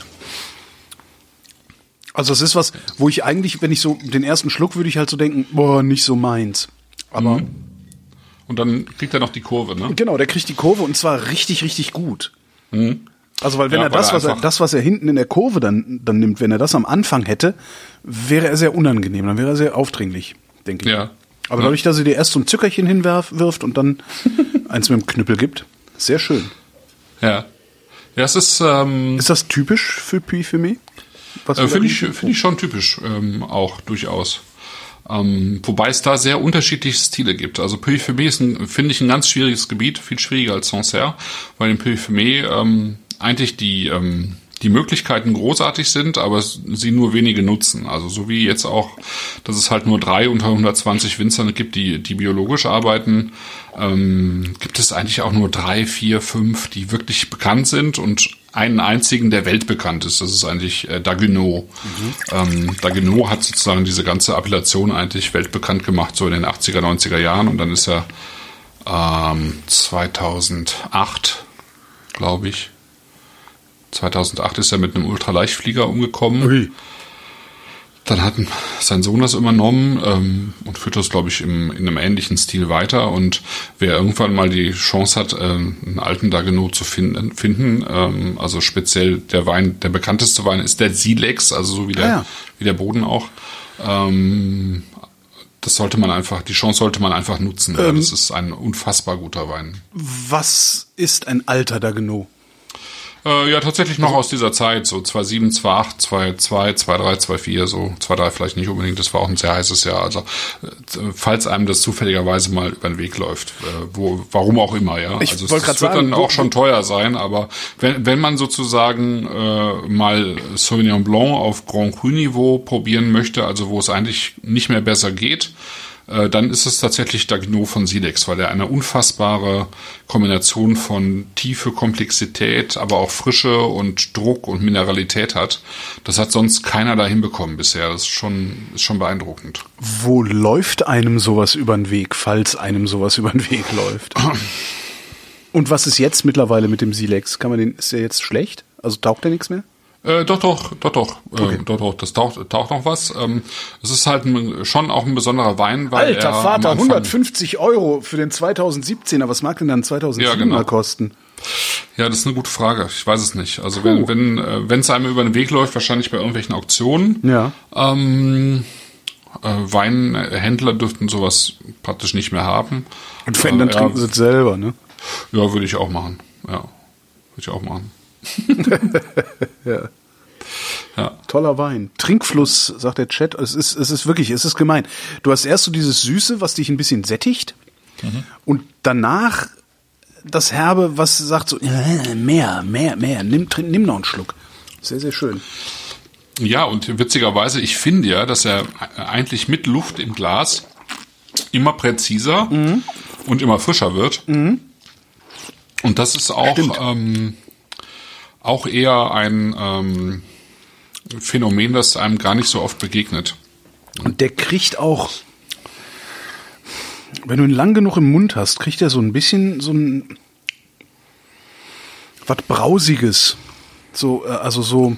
Also es ist was, wo ich eigentlich, wenn ich so den ersten Schluck, würde ich halt so denken, boah, nicht so meins. Aber mhm. Und dann kriegt er noch die Kurve, ne? Genau, der kriegt die Kurve und zwar richtig, richtig gut. Mhm. Also weil wenn Ja, er das, weil er was er, einfach- das, was er hinten in der Kurve dann, dann nimmt, wenn er das am Anfang hätte, wäre er sehr unangenehm, dann wäre er sehr aufdringlich, denke ich. Ja. Aber Ja. dadurch, dass er dir erst so ein Zückerchen hinwirft und dann eins mit dem Knüppel gibt, sehr schön. Ja. Ja, es ist, ähm, Ist das typisch für Puy Fumé? Was wir äh, da finde ich, bieten? finde ich schon typisch, ähm, auch durchaus. Ähm, wobei es da sehr unterschiedliche Stile gibt. Also Puy Fumé ist, ein, finde ich, ein ganz schwieriges Gebiet, viel schwieriger als Sancerre, weil in Puy Fumé ähm, eigentlich die ähm, die Möglichkeiten großartig sind, aber sie nur wenige nutzen. Also so wie jetzt auch, dass es halt nur drei unter hundertzwanzig Winzer gibt, die die biologisch arbeiten, ähm, gibt es eigentlich auch nur drei, vier, fünf, die wirklich bekannt sind und einen einzigen, der weltbekannt ist. Das ist eigentlich äh, Daguenot. Mhm. Ähm, Daguenot hat sozusagen diese ganze Appellation eigentlich weltbekannt gemacht, so in den achtziger, neunziger Jahren. Und dann ist er ähm, zweitausendacht, glaube ich, zweitausendacht ist er mit einem Ultraleichtflieger umgekommen. Ui. Dann hat sein Sohn das übernommen ähm, und führt das, glaube ich, im, in einem ähnlichen Stil weiter. Und wer irgendwann mal die Chance hat, ähm, einen alten Daguenot zu finden, finden ähm, also speziell der Wein, der bekannteste Wein ist der Silex, also so wie der, Ah, ja. wie der Boden auch. Ähm, das sollte man einfach, die Chance sollte man einfach nutzen. Ähm, das ist ein unfassbar guter Wein. Was ist ein alter Daguenot? Äh, ja, tatsächlich noch aus dieser Zeit, so zwei sieben, zwei acht, zwei zwei, zwei drei, zwei vier, so zwei drei vielleicht nicht unbedingt, das war auch ein sehr heißes Jahr. Also äh, falls einem das zufälligerweise mal über den Weg läuft, äh, wo, warum auch immer, ja. Ich also es, wollte es grad wird sagen, dann wo- auch schon teuer sein, aber wenn, wenn man sozusagen äh, mal Sauvignon Blanc auf Grand Cru Niveau probieren möchte, also wo es eigentlich nicht mehr besser geht, äh, dann ist es tatsächlich Daguenot von Silex, weil er eine unfassbare Kombination von Tiefe, Komplexität, aber auch Frische und Druck und Mineralität hat. Das hat sonst keiner da hinbekommen bisher. Das ist schon, ist schon beeindruckend. Wo läuft einem sowas über den Weg, falls einem sowas über den Weg läuft? Und was ist jetzt mittlerweile mit dem Silex? Kann man den, ist der jetzt schlecht? Also taugt der nichts mehr? Äh, doch, doch, doch, doch, Okay. äh, doch, doch, das taucht, taucht noch was. Ähm, es ist halt ein, schon auch ein besonderer Wein, weil Alter er am Vater, Anfang- hundertfünfzig Euro für den zweitausendsiebzehner. Was mag denn dann zweitausendsiebener Ja, genau. kosten? Ja, das ist eine gute Frage. Ich weiß es nicht. Also wenn wenn äh, wenn es einem über den Weg läuft, wahrscheinlich bei irgendwelchen Auktionen. Ja. Ähm, äh, Weinhändler dürften sowas praktisch nicht mehr haben. Und wenn, dann Äh, trinken ja, sie es selber, ne? Ja, würde ich auch machen. Ja, würde ich auch machen. Ja. Ja. Toller Wein. Trinkfluss, sagt der Chat. Es ist, es ist wirklich, es ist gemein. Du hast erst so dieses Süße, was dich ein bisschen sättigt. Mhm. Und danach das Herbe, was sagt so, äh, mehr, mehr, mehr. Nimm, trink, nimm noch einen Schluck. Sehr, sehr schön. Ja, und witzigerweise, ich finde ja, dass er eigentlich mit Luft im Glas immer präziser Mhm. und immer frischer wird. Und das ist auch, ähm, auch eher ein ähm, Phänomen, das einem gar nicht so oft begegnet. Und der kriegt auch, wenn du ihn lang genug im Mund hast, kriegt er so ein bisschen so ein was Brausiges. So, äh, also so.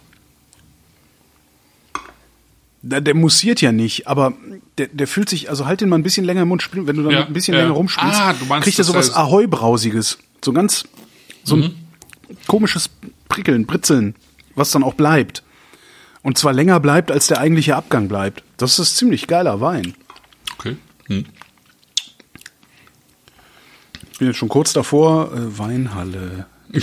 Der, der mussiert ja nicht, aber der, der fühlt sich, also halt den mal ein bisschen länger im Mund, spielen, wenn du dann Ja, ein bisschen ja. länger rumspielst, Ah, du meinst, kriegt er dass sowas er- Ahoi-Brausiges. So ganz, so ein komisches Prickeln, Britzeln, was dann auch bleibt. Und zwar länger bleibt, als der eigentliche Abgang bleibt. Das ist ziemlich geiler Wein. Okay. Hm. Ich bin jetzt schon kurz davor, äh, Weinhalle.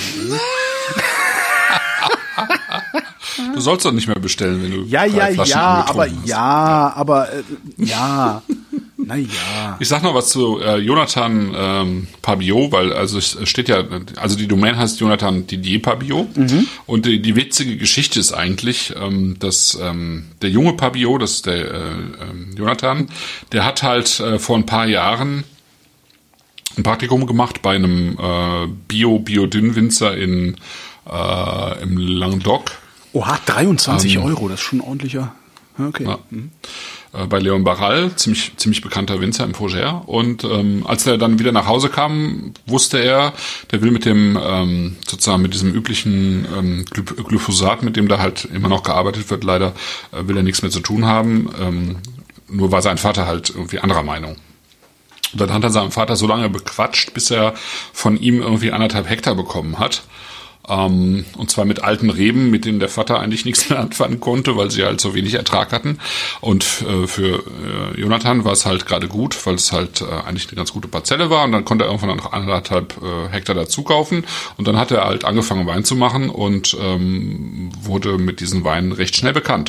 Du sollst doch nicht mehr bestellen, wenn du Ja, drei ja, Flaschen ja, angetrunken aber hast. ja, aber äh, ja, naja. Ich sag noch was zu äh, Jonathan ähm, Pabillot, weil also es steht ja, also die Domain heißt Jonathan Didier Pabillot und die, die witzige Geschichte ist eigentlich, ähm, dass ähm, der junge Pabillot, das ist der äh, ähm, Jonathan, der hat halt äh, vor ein paar Jahren ein Praktikum gemacht bei einem äh, Bio-Biodünn-Winzer in äh, im Languedoc. Oha, dreiundzwanzig Ähm, Euro, das ist schon ein ordentlicher. Ja, okay. Ja. Äh, bei Leon Barral, ziemlich ziemlich bekannter Winzer im Fougère. Und ähm, als er dann wieder nach Hause kam, wusste er, der will mit dem ähm, sozusagen mit diesem üblichen ähm, Gly- Glyphosat, mit dem da halt immer noch gearbeitet wird, leider äh, will er nichts mehr zu tun haben. Ähm, nur war sein Vater halt irgendwie anderer Meinung. Dann hat er seinen Vater so lange bequatscht, bis er von ihm irgendwie anderthalb Hektar bekommen hat. Ähm, und zwar mit alten Reben, mit denen der Vater eigentlich nichts mehr anfangen konnte, weil sie halt so wenig Ertrag hatten. Und äh, für äh, Jonathan war es halt gerade gut, weil es halt äh, eigentlich eine ganz gute Parzelle war. Und dann konnte er irgendwann noch anderthalb äh, Hektar dazu kaufen. Und dann hat er halt angefangen, Wein zu machen und ähm, wurde mit diesen Weinen recht schnell bekannt.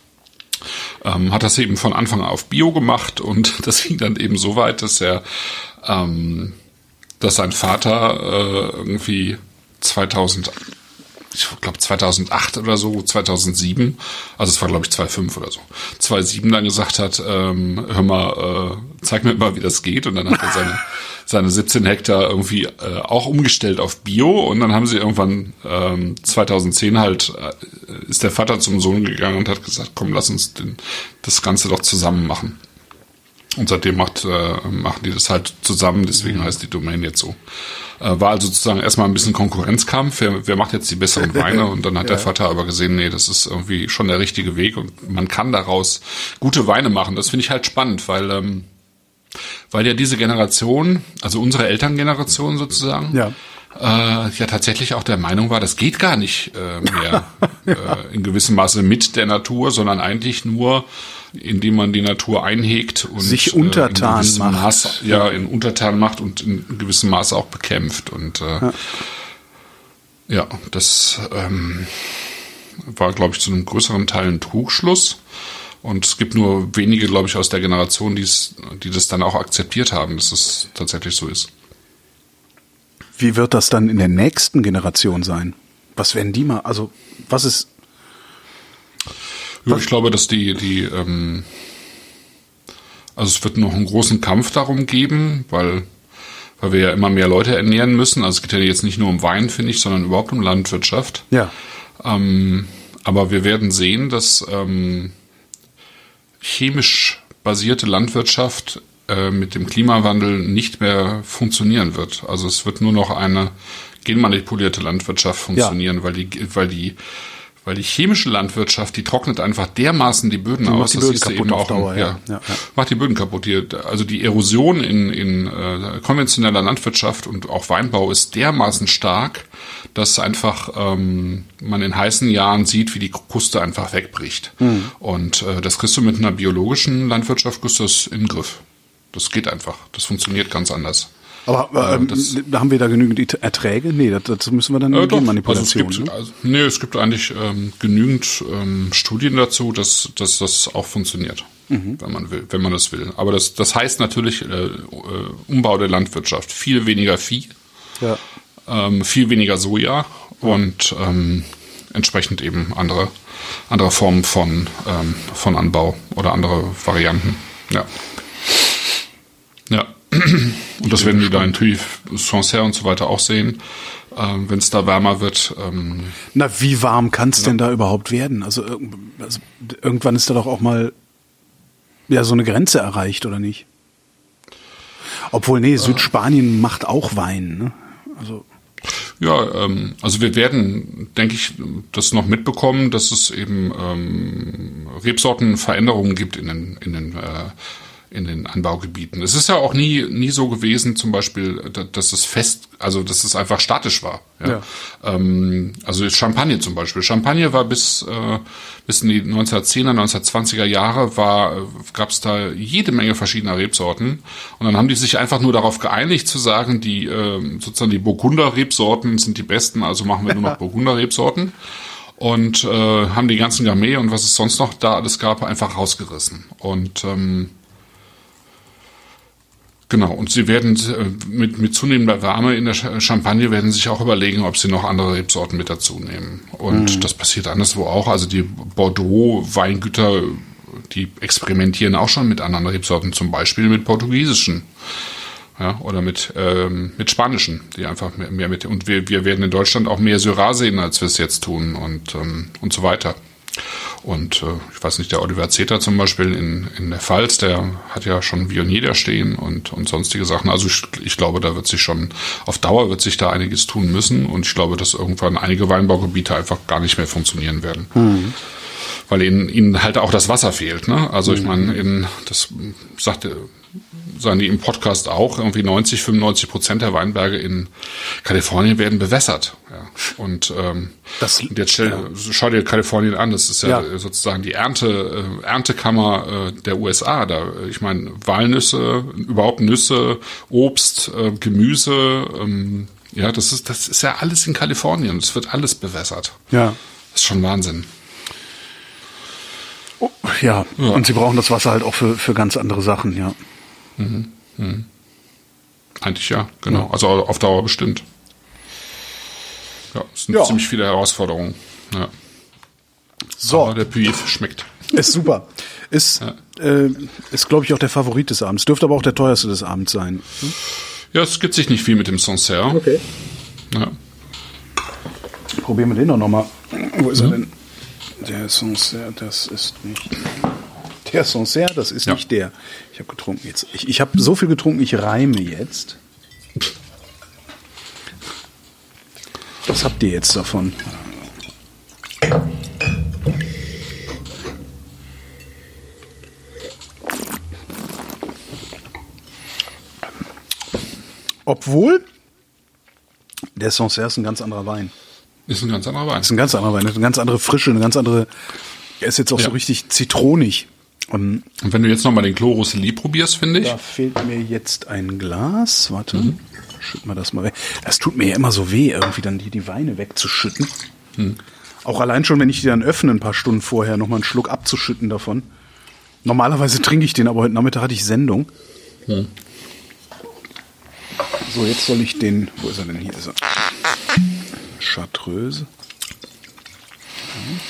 Ähm, hat das eben von Anfang an auf Bio gemacht und das ging dann eben so weit, dass er, ähm, dass sein Vater äh, irgendwie zweitausend, ich glaube zweitausendacht oder so, zweitausendsieben, also es war glaube ich zweitausendfünf oder so, zweitausendsieben dann gesagt hat, ähm, hör mal, äh, zeig mir mal, wie das geht. Und dann hat er seine, seine siebzehn Hektar irgendwie äh, auch umgestellt auf Bio. Und dann haben sie irgendwann ähm, zweitausendzehn halt, äh, ist der Vater zum Sohn gegangen und hat gesagt, komm, lass uns den, das Ganze doch zusammen machen. Und seitdem macht, äh, machen die das halt zusammen, deswegen heißt die Domain jetzt so. Äh, war also sozusagen erstmal ein bisschen Konkurrenzkampf, wer, wer macht jetzt die besseren Weine? Und dann hat ja. der Vater aber gesehen, nee, das ist irgendwie schon der richtige Weg und man kann daraus gute Weine machen. Das finde ich halt spannend, weil, ähm, weil ja diese Generation, also unsere Elterngeneration sozusagen, ja. Äh, ja tatsächlich auch der Meinung war, das geht gar nicht äh, mehr ja. äh, in gewissem Maße mit der Natur, sondern eigentlich nur indem man die Natur einhegt und sich untertan äh, in macht. Maß, ja, in untertan macht und in gewissem Maße auch bekämpft. Und äh, ja. ja, das ähm, war, glaube ich, zu einem größeren Teil ein Trugschluss. Und es gibt nur wenige, glaube ich, aus der Generation, die's, die das dann auch akzeptiert haben, dass es tatsächlich so ist. Wie wird das dann in der nächsten Generation sein? Was werden die mal, also was ist... Ja, ich glaube, dass die, die, ähm, also es wird noch einen großen Kampf darum geben, weil, weil wir ja immer mehr Leute ernähren müssen. Also es geht ja jetzt nicht nur um Wein, finde ich, sondern überhaupt um Landwirtschaft. Ja. Ähm, aber wir werden sehen, dass ähm, chemisch basierte Landwirtschaft äh, mit dem Klimawandel nicht mehr funktionieren wird. Also es wird nur noch eine genmanipulierte Landwirtschaft funktionieren, ja. weil die, weil die Weil die chemische Landwirtschaft, die trocknet einfach dermaßen die Böden die aus. Macht die Böden kaputt auf Dauer, ja. Ja, ja. Macht die Böden kaputt. Also die Erosion in, in äh, konventioneller Landwirtschaft und auch Weinbau ist dermaßen stark, dass einfach ähm, man in heißen Jahren sieht, wie die Kruste einfach wegbricht. Mhm. Und äh, das kriegst du mit einer biologischen Landwirtschaft, kriegst du das in den Griff. Das geht einfach. Das funktioniert ganz anders. Aber ähm, das, haben wir da genügend Erträge? Nee, dazu müssen wir dann äh, eine Genmanipulation. Also es gibt, ne? also, nee, es gibt eigentlich ähm, genügend ähm, Studien dazu, dass, dass das auch funktioniert, mhm. wenn man will, wenn man das will. Aber das, das heißt natürlich äh, äh, Umbau der Landwirtschaft, viel weniger Vieh, ja. ähm, viel weniger Soja ja. und ähm, entsprechend eben andere andere Formen von ähm, von Anbau oder andere Varianten. Ja. Ja. Und das werden die da in Tuy, Sancerre und so weiter auch sehen, ähm, wenn es da wärmer wird. Ähm, Na, wie warm kann es ja. denn da überhaupt werden? Also, also irgendwann ist da doch auch mal ja so eine Grenze erreicht, oder nicht? Obwohl, nee, Südspanien äh, macht auch Wein, ne? Also ja, ähm, also wir werden, denke ich, das noch mitbekommen, dass es eben ähm, Rebsortenveränderungen gibt in den in den äh, in den Anbaugebieten. Es ist ja auch nie nie so gewesen, zum Beispiel, dass es fest, also dass es einfach statisch war. Ja? Ja. Ähm, also Champagner zum Beispiel. Champagner war bis äh, bis in die neunzehnhundertzehner, neunzehnhundertzwanziger Jahre war gab es da jede Menge verschiedener Rebsorten. Und dann haben die sich einfach nur darauf geeinigt zu sagen, die äh, sozusagen die Burgunder-Rebsorten sind die besten, also machen wir nur noch Burgunder-Rebsorten. Und äh, haben die ganzen Gamay und was es sonst noch da alles gab, einfach rausgerissen. Und ähm, Genau, und sie werden mit, mit zunehmender Wärme in der Champagne werden sich auch überlegen, ob sie noch andere Rebsorten mit dazu nehmen. Und mhm. das passiert anderswo auch. Also die Bordeaux-Weingüter, die experimentieren auch schon mit anderen Rebsorten, zum Beispiel mit portugiesischen. Ja, oder mit, ähm, mit spanischen, die einfach mehr, mehr mit, und wir, wir werden in Deutschland auch mehr Syrah sehen, als wir es jetzt tun und, ähm, und so weiter. Und äh, ich weiß nicht, der Oliver Zeter zum Beispiel in, in der Pfalz, der hat ja schon Viognier da stehen und, und sonstige Sachen. Also ich, ich glaube, da wird sich schon, auf Dauer wird sich da einiges tun müssen. Und ich glaube, dass irgendwann einige Weinbaugebiete einfach gar nicht mehr funktionieren werden. Mhm. Weil ihnen, ihnen halt auch das Wasser fehlt. Ne? Also mhm. ich meine, in, das sagte, sagen die im Podcast auch, irgendwie neunzig, fünfundneunzig Prozent der Weinberge in Kalifornien werden bewässert. Ja. Und, ähm, das, und jetzt stell, ja. schau dir Kalifornien an, das ist ja, ja. sozusagen die Ernte, äh, Erntekammer äh, der U S A. Da, ich meine, Walnüsse, überhaupt Nüsse, Obst, äh, Gemüse, ähm, ja, das ist, das ist ja alles in Kalifornien. Es wird alles bewässert. Ja. Das ist schon Wahnsinn. Oh, ja. ja, und sie brauchen das Wasser halt auch für, für ganz andere Sachen, ja. Mhm. Mhm. Eigentlich ja, genau. Ja. Also auf Dauer bestimmt. Ja, es sind ja. ziemlich viele Herausforderungen. Ja. So. Aber der Puy schmeckt. Ist super. Ist, ja. äh, ist glaube ich, auch der Favorit des Abends. Dürfte aber auch der teuerste des Abends sein. Hm? Ja, es gibt sich nicht viel mit dem Sancerre. Okay. Ja. Probieren wir den doch nochmal. Wo ist mhm. er denn? Der Sancerre, das ist nicht... Der Sancerre, das ist ja. nicht der. Ich habe getrunken jetzt. Ich, ich habe so viel getrunken, ich reime jetzt. Was habt ihr jetzt davon? Obwohl, der Sancerre ist ein ganz anderer Wein. Ist ein ganz anderer Wein. Ist ein ganz anderer Wein. Eine ganz andere Frische, eine ganz andere... Er ist jetzt auch ja. so richtig zitronig. Und wenn du jetzt nochmal den Clos Roussely probierst, finde ich. Da fehlt mir jetzt ein Glas. Warte, mhm. schütten wir das mal weg. Das tut mir ja immer so weh, irgendwie dann die, die Weine wegzuschütten. Mhm. Auch allein schon, wenn ich die dann öffne, ein paar Stunden vorher, nochmal einen Schluck abzuschütten davon. Normalerweise trinke ich den, aber heute Nachmittag hatte ich Sendung. Mhm. So, jetzt soll ich den... Wo ist er denn? Hier ist er. Chartreuse. Mhm.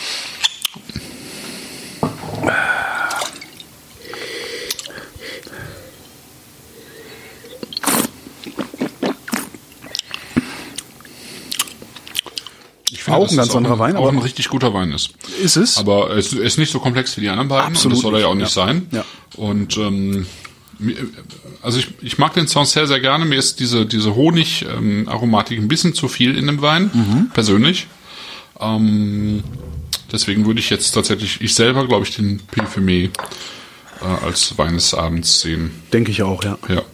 Ich finde, auch ein ganz anderer Wein, aber auch ein richtig guter Wein ist. Ist es? Aber es ist nicht so komplex wie die anderen beiden. Absolut. Und das soll er ja auch nicht ja. sein. Ja. Und ähm, also ich, ich mag den Sancerre sehr gerne. Mir ist diese diese Honig-Aromatik ein bisschen zu viel in dem Wein, mhm. persönlich. Ähm, deswegen würde ich jetzt tatsächlich, ich selber, glaube ich, den Puy äh, als Wein des Abends sehen. Denke ich auch, ja. Ja.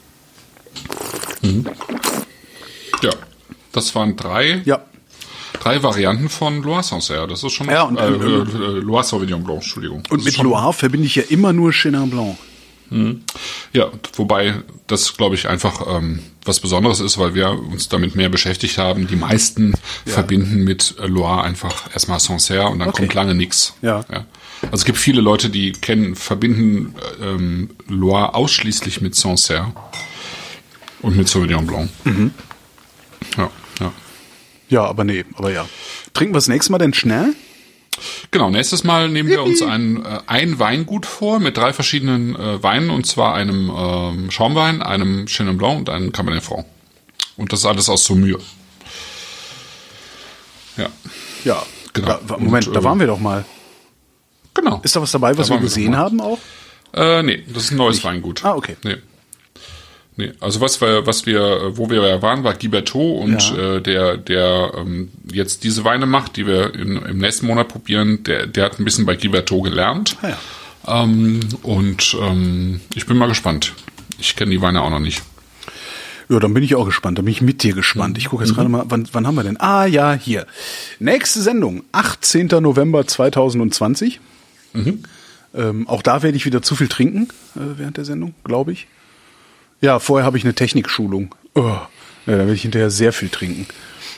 Mhm. Ja, das waren drei. Ja. Drei Varianten von Loire Sancerre, das ist schon ja, und, äh, äh, Loire Sauvignon Blanc, Entschuldigung. Und mit Loire verbinde ich ja immer nur Chenin Blanc. Mhm. Ja, wobei das, glaube ich, einfach ähm, was Besonderes ist, weil wir uns damit mehr beschäftigt haben. Die meisten ja. verbinden mit Loire einfach erstmal Sancerre und dann okay. kommt lange nichts. Ja. Ja. Also es gibt viele Leute, die kennen, verbinden ähm, Loire ausschließlich mit Sancerre und mit Sauvignon Blanc. Mhm. Ja, ja. Ja, aber nee, aber ja. Trinken wir das nächste Mal denn schnell? Genau, nächstes Mal nehmen wir uns ein, äh, ein Weingut vor mit drei verschiedenen äh, Weinen, und zwar einem ähm, Schaumwein, einem Chenin Blanc und einem Cabernet Franc. Und das alles aus Saumur. Ja. Ja, genau. Da, Moment, und, da waren wir doch mal. Genau. Ist da was dabei, was da wir gesehen wir haben auch? Äh, nee, das ist ein neues Nicht. Weingut. Ah, okay. Nee. Nee, also was wir, was wir, wo wir ja waren, war Guy Berthaud, und ja. äh, der, der ähm, jetzt diese Weine macht, die wir in, im nächsten Monat probieren, der, der hat ein bisschen bei Guy Berthaud gelernt. Ah, ja. ähm, und ähm, ich bin mal gespannt. Ich kenne die Weine auch noch nicht. Ja, dann bin ich auch gespannt. Da bin ich mit dir gespannt. Ich gucke jetzt mhm. gerade mal, wann, wann haben wir denn? Ah, ja, hier. Nächste Sendung, achtzehnten November zweitausendzwanzig. Mhm. Ähm, auch da werde ich wieder zu viel trinken äh, während der Sendung, glaube ich. Ja, vorher habe ich eine Technikschulung. Oh, ja, da werde ich hinterher sehr viel trinken.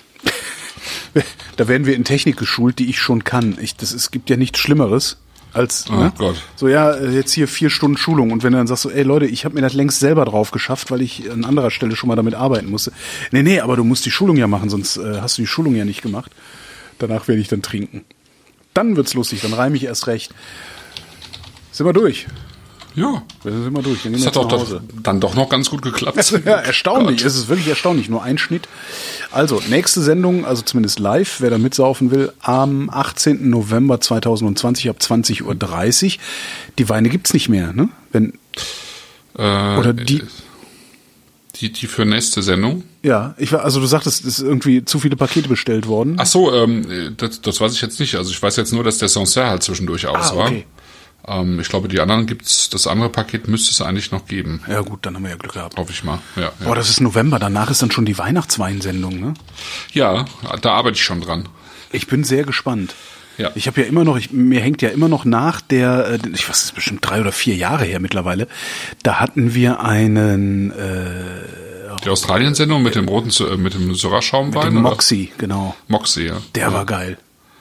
Da werden wir in Technik geschult, die ich schon kann. Ich, das, es gibt ja nichts Schlimmeres als oh, ne? Gott. So, ja, jetzt hier vier Stunden Schulung, und wenn du dann sagst so, ey Leute, ich habe mir das längst selber drauf geschafft, weil ich an anderer Stelle schon mal damit arbeiten musste. Nee, nee, aber du musst die Schulung ja machen, sonst äh, hast du die Schulung ja nicht gemacht. Danach werde ich dann trinken. Dann wird's lustig, dann reime ich erst recht. Sind wir durch? Ja. Wir sind wir durch. Dann gehen das wir hat nach auch Hause. Doch, dann doch noch ganz gut geklappt. Ja, erstaunlich. Es ist wirklich erstaunlich. Nur ein Schnitt. Also, nächste Sendung, also zumindest live, wer da mitsaufen will, am achtzehnten November zweitausendzwanzig ab zwanzig Uhr dreißig. Die Weine gibt's nicht mehr, ne? Wenn, äh, oder die... Die, die für nächste Sendung? Ja, ich war, also du sagtest, es ist irgendwie zu viele Pakete bestellt worden. Ach so, ähm, das, das weiß ich jetzt nicht. Also ich weiß jetzt nur, dass der Sancerre halt zwischendurch aus ah, war. Okay. Ähm, ich glaube, die anderen gibt's, das andere Paket müsste es eigentlich noch geben. Ja gut, dann haben wir ja Glück gehabt. Hoffe ich mal. Ja, Boah, ja. das ist November, danach ist dann schon die Weihnachtsweinsendung, ne? Ja, da arbeite ich schon dran. Ich bin sehr gespannt. Ja. Ich habe ja immer noch, ich, mir hängt ja immer noch nach der, ich weiß, das ist bestimmt drei oder vier Jahre her mittlerweile, da hatten wir einen äh, Die Australien-Sendung mit dem roten, mit dem Syrah-Schaumwein? mit dem Moxie, genau. Moxie, ja. Der ja. war geil.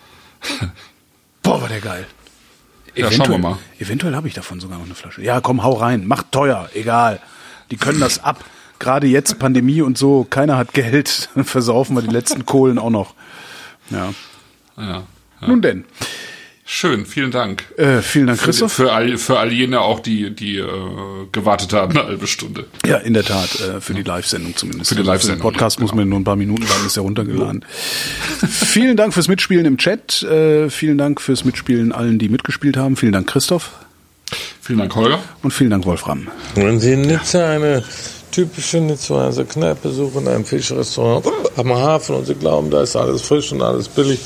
Boah, war der geil. Ja, schauen wir mal. Eventuell habe ich davon sogar noch eine Flasche. Ja, komm, hau rein. Macht teuer, egal. Die können das ab. Gerade jetzt Pandemie und so, keiner hat Geld. Versaufen wir die letzten Kohlen auch noch. Ja. Ja. Ja. Nun denn. Schön, vielen Dank. Äh, vielen Dank, für, Christoph. Für all, für all jene auch, die, die äh, gewartet haben, eine halbe Stunde. Ja, in der Tat, äh, für die Live-Sendung zumindest. Für die Live-Sendung. Für den Podcast genau. muss man nur ein paar Minuten lang, ist ja runtergeladen. Vielen Dank fürs Mitspielen im Chat. Äh, vielen Dank fürs Mitspielen allen, die mitgespielt haben. Vielen Dank, Christoph. Vielen Dank, Holger. Und vielen Dank, Wolfram. Wenn Sie in Nizza eine typische Nizzaer Kneipe suchen, ein Fischrestaurant am Hafen und Sie glauben, da ist alles frisch und alles billig,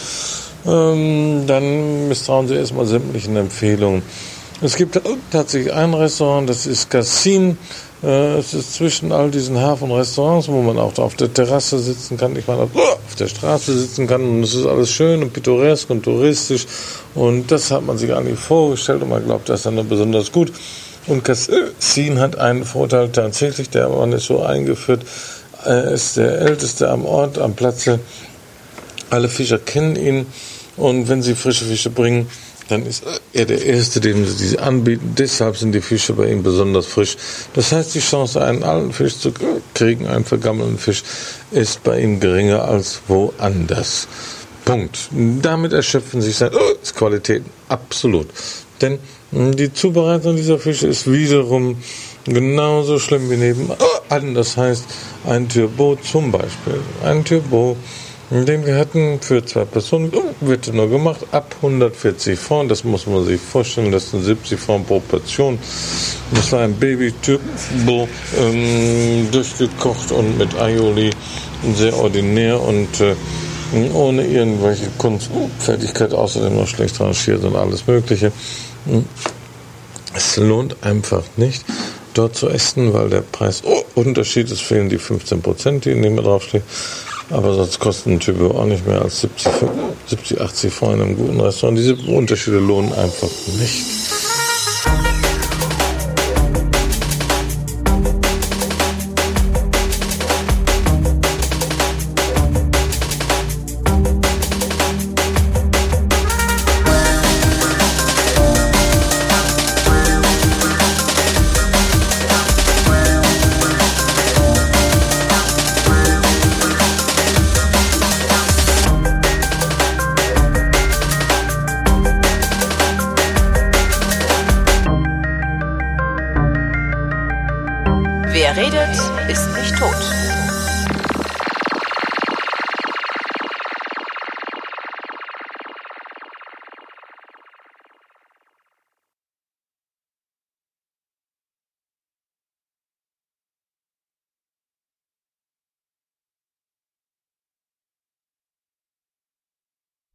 ähm, dann misstrauen Sie erstmal sämtlichen Empfehlungen. Es gibt tatsächlich ein Restaurant, das ist Cassin. Äh, es ist zwischen all diesen Hafenrestaurants, wo man auch auf der Terrasse sitzen kann, ich meine, auf der Straße sitzen kann, und es ist alles schön und pittoresk und touristisch, und das hat man sich gar nicht vorgestellt und man glaubt, das ist dann nur besonders gut. Und Cassin hat einen Vorteil tatsächlich, der man ist so eingeführt, er ist der Älteste am Ort, am Platze. Alle Fischer kennen ihn, und wenn sie frische Fische bringen, dann ist er der Erste, dem sie diese anbieten. Deshalb sind die Fische bei ihm besonders frisch. Das heißt, die Chance, einen alten Fisch zu kriegen, einen vergammelten Fisch, ist bei ihm geringer als woanders. Punkt. Damit erschöpfen sich seine Qualitäten. Absolut. Denn die Zubereitung dieser Fische ist wiederum genauso schlimm wie nebenan. Das heißt, ein Turbo zum Beispiel. Ein Turbo, den wir hatten für zwei Personen, wird nur gemacht ab hundertvierzig Francs. Das muss man sich vorstellen, das sind siebzig Francs pro Portion. Das war ein Baby-Turbo, ähm, durchgekocht und mit Aioli, sehr ordinär und äh, ohne irgendwelche Kunstfertigkeit, außerdem noch schlecht rangiert und alles Mögliche. Es lohnt einfach nicht, dort zu essen, weil der Preisunterschied ist, fehlen die fünfzehn Prozent, die neben mir draufstehen. Aber sonst kosten ein Typ auch nicht mehr als siebzig, achtzig Francs in einem guten Restaurant. Diese Unterschiede lohnen einfach nicht. Wer redet, ist nicht tot.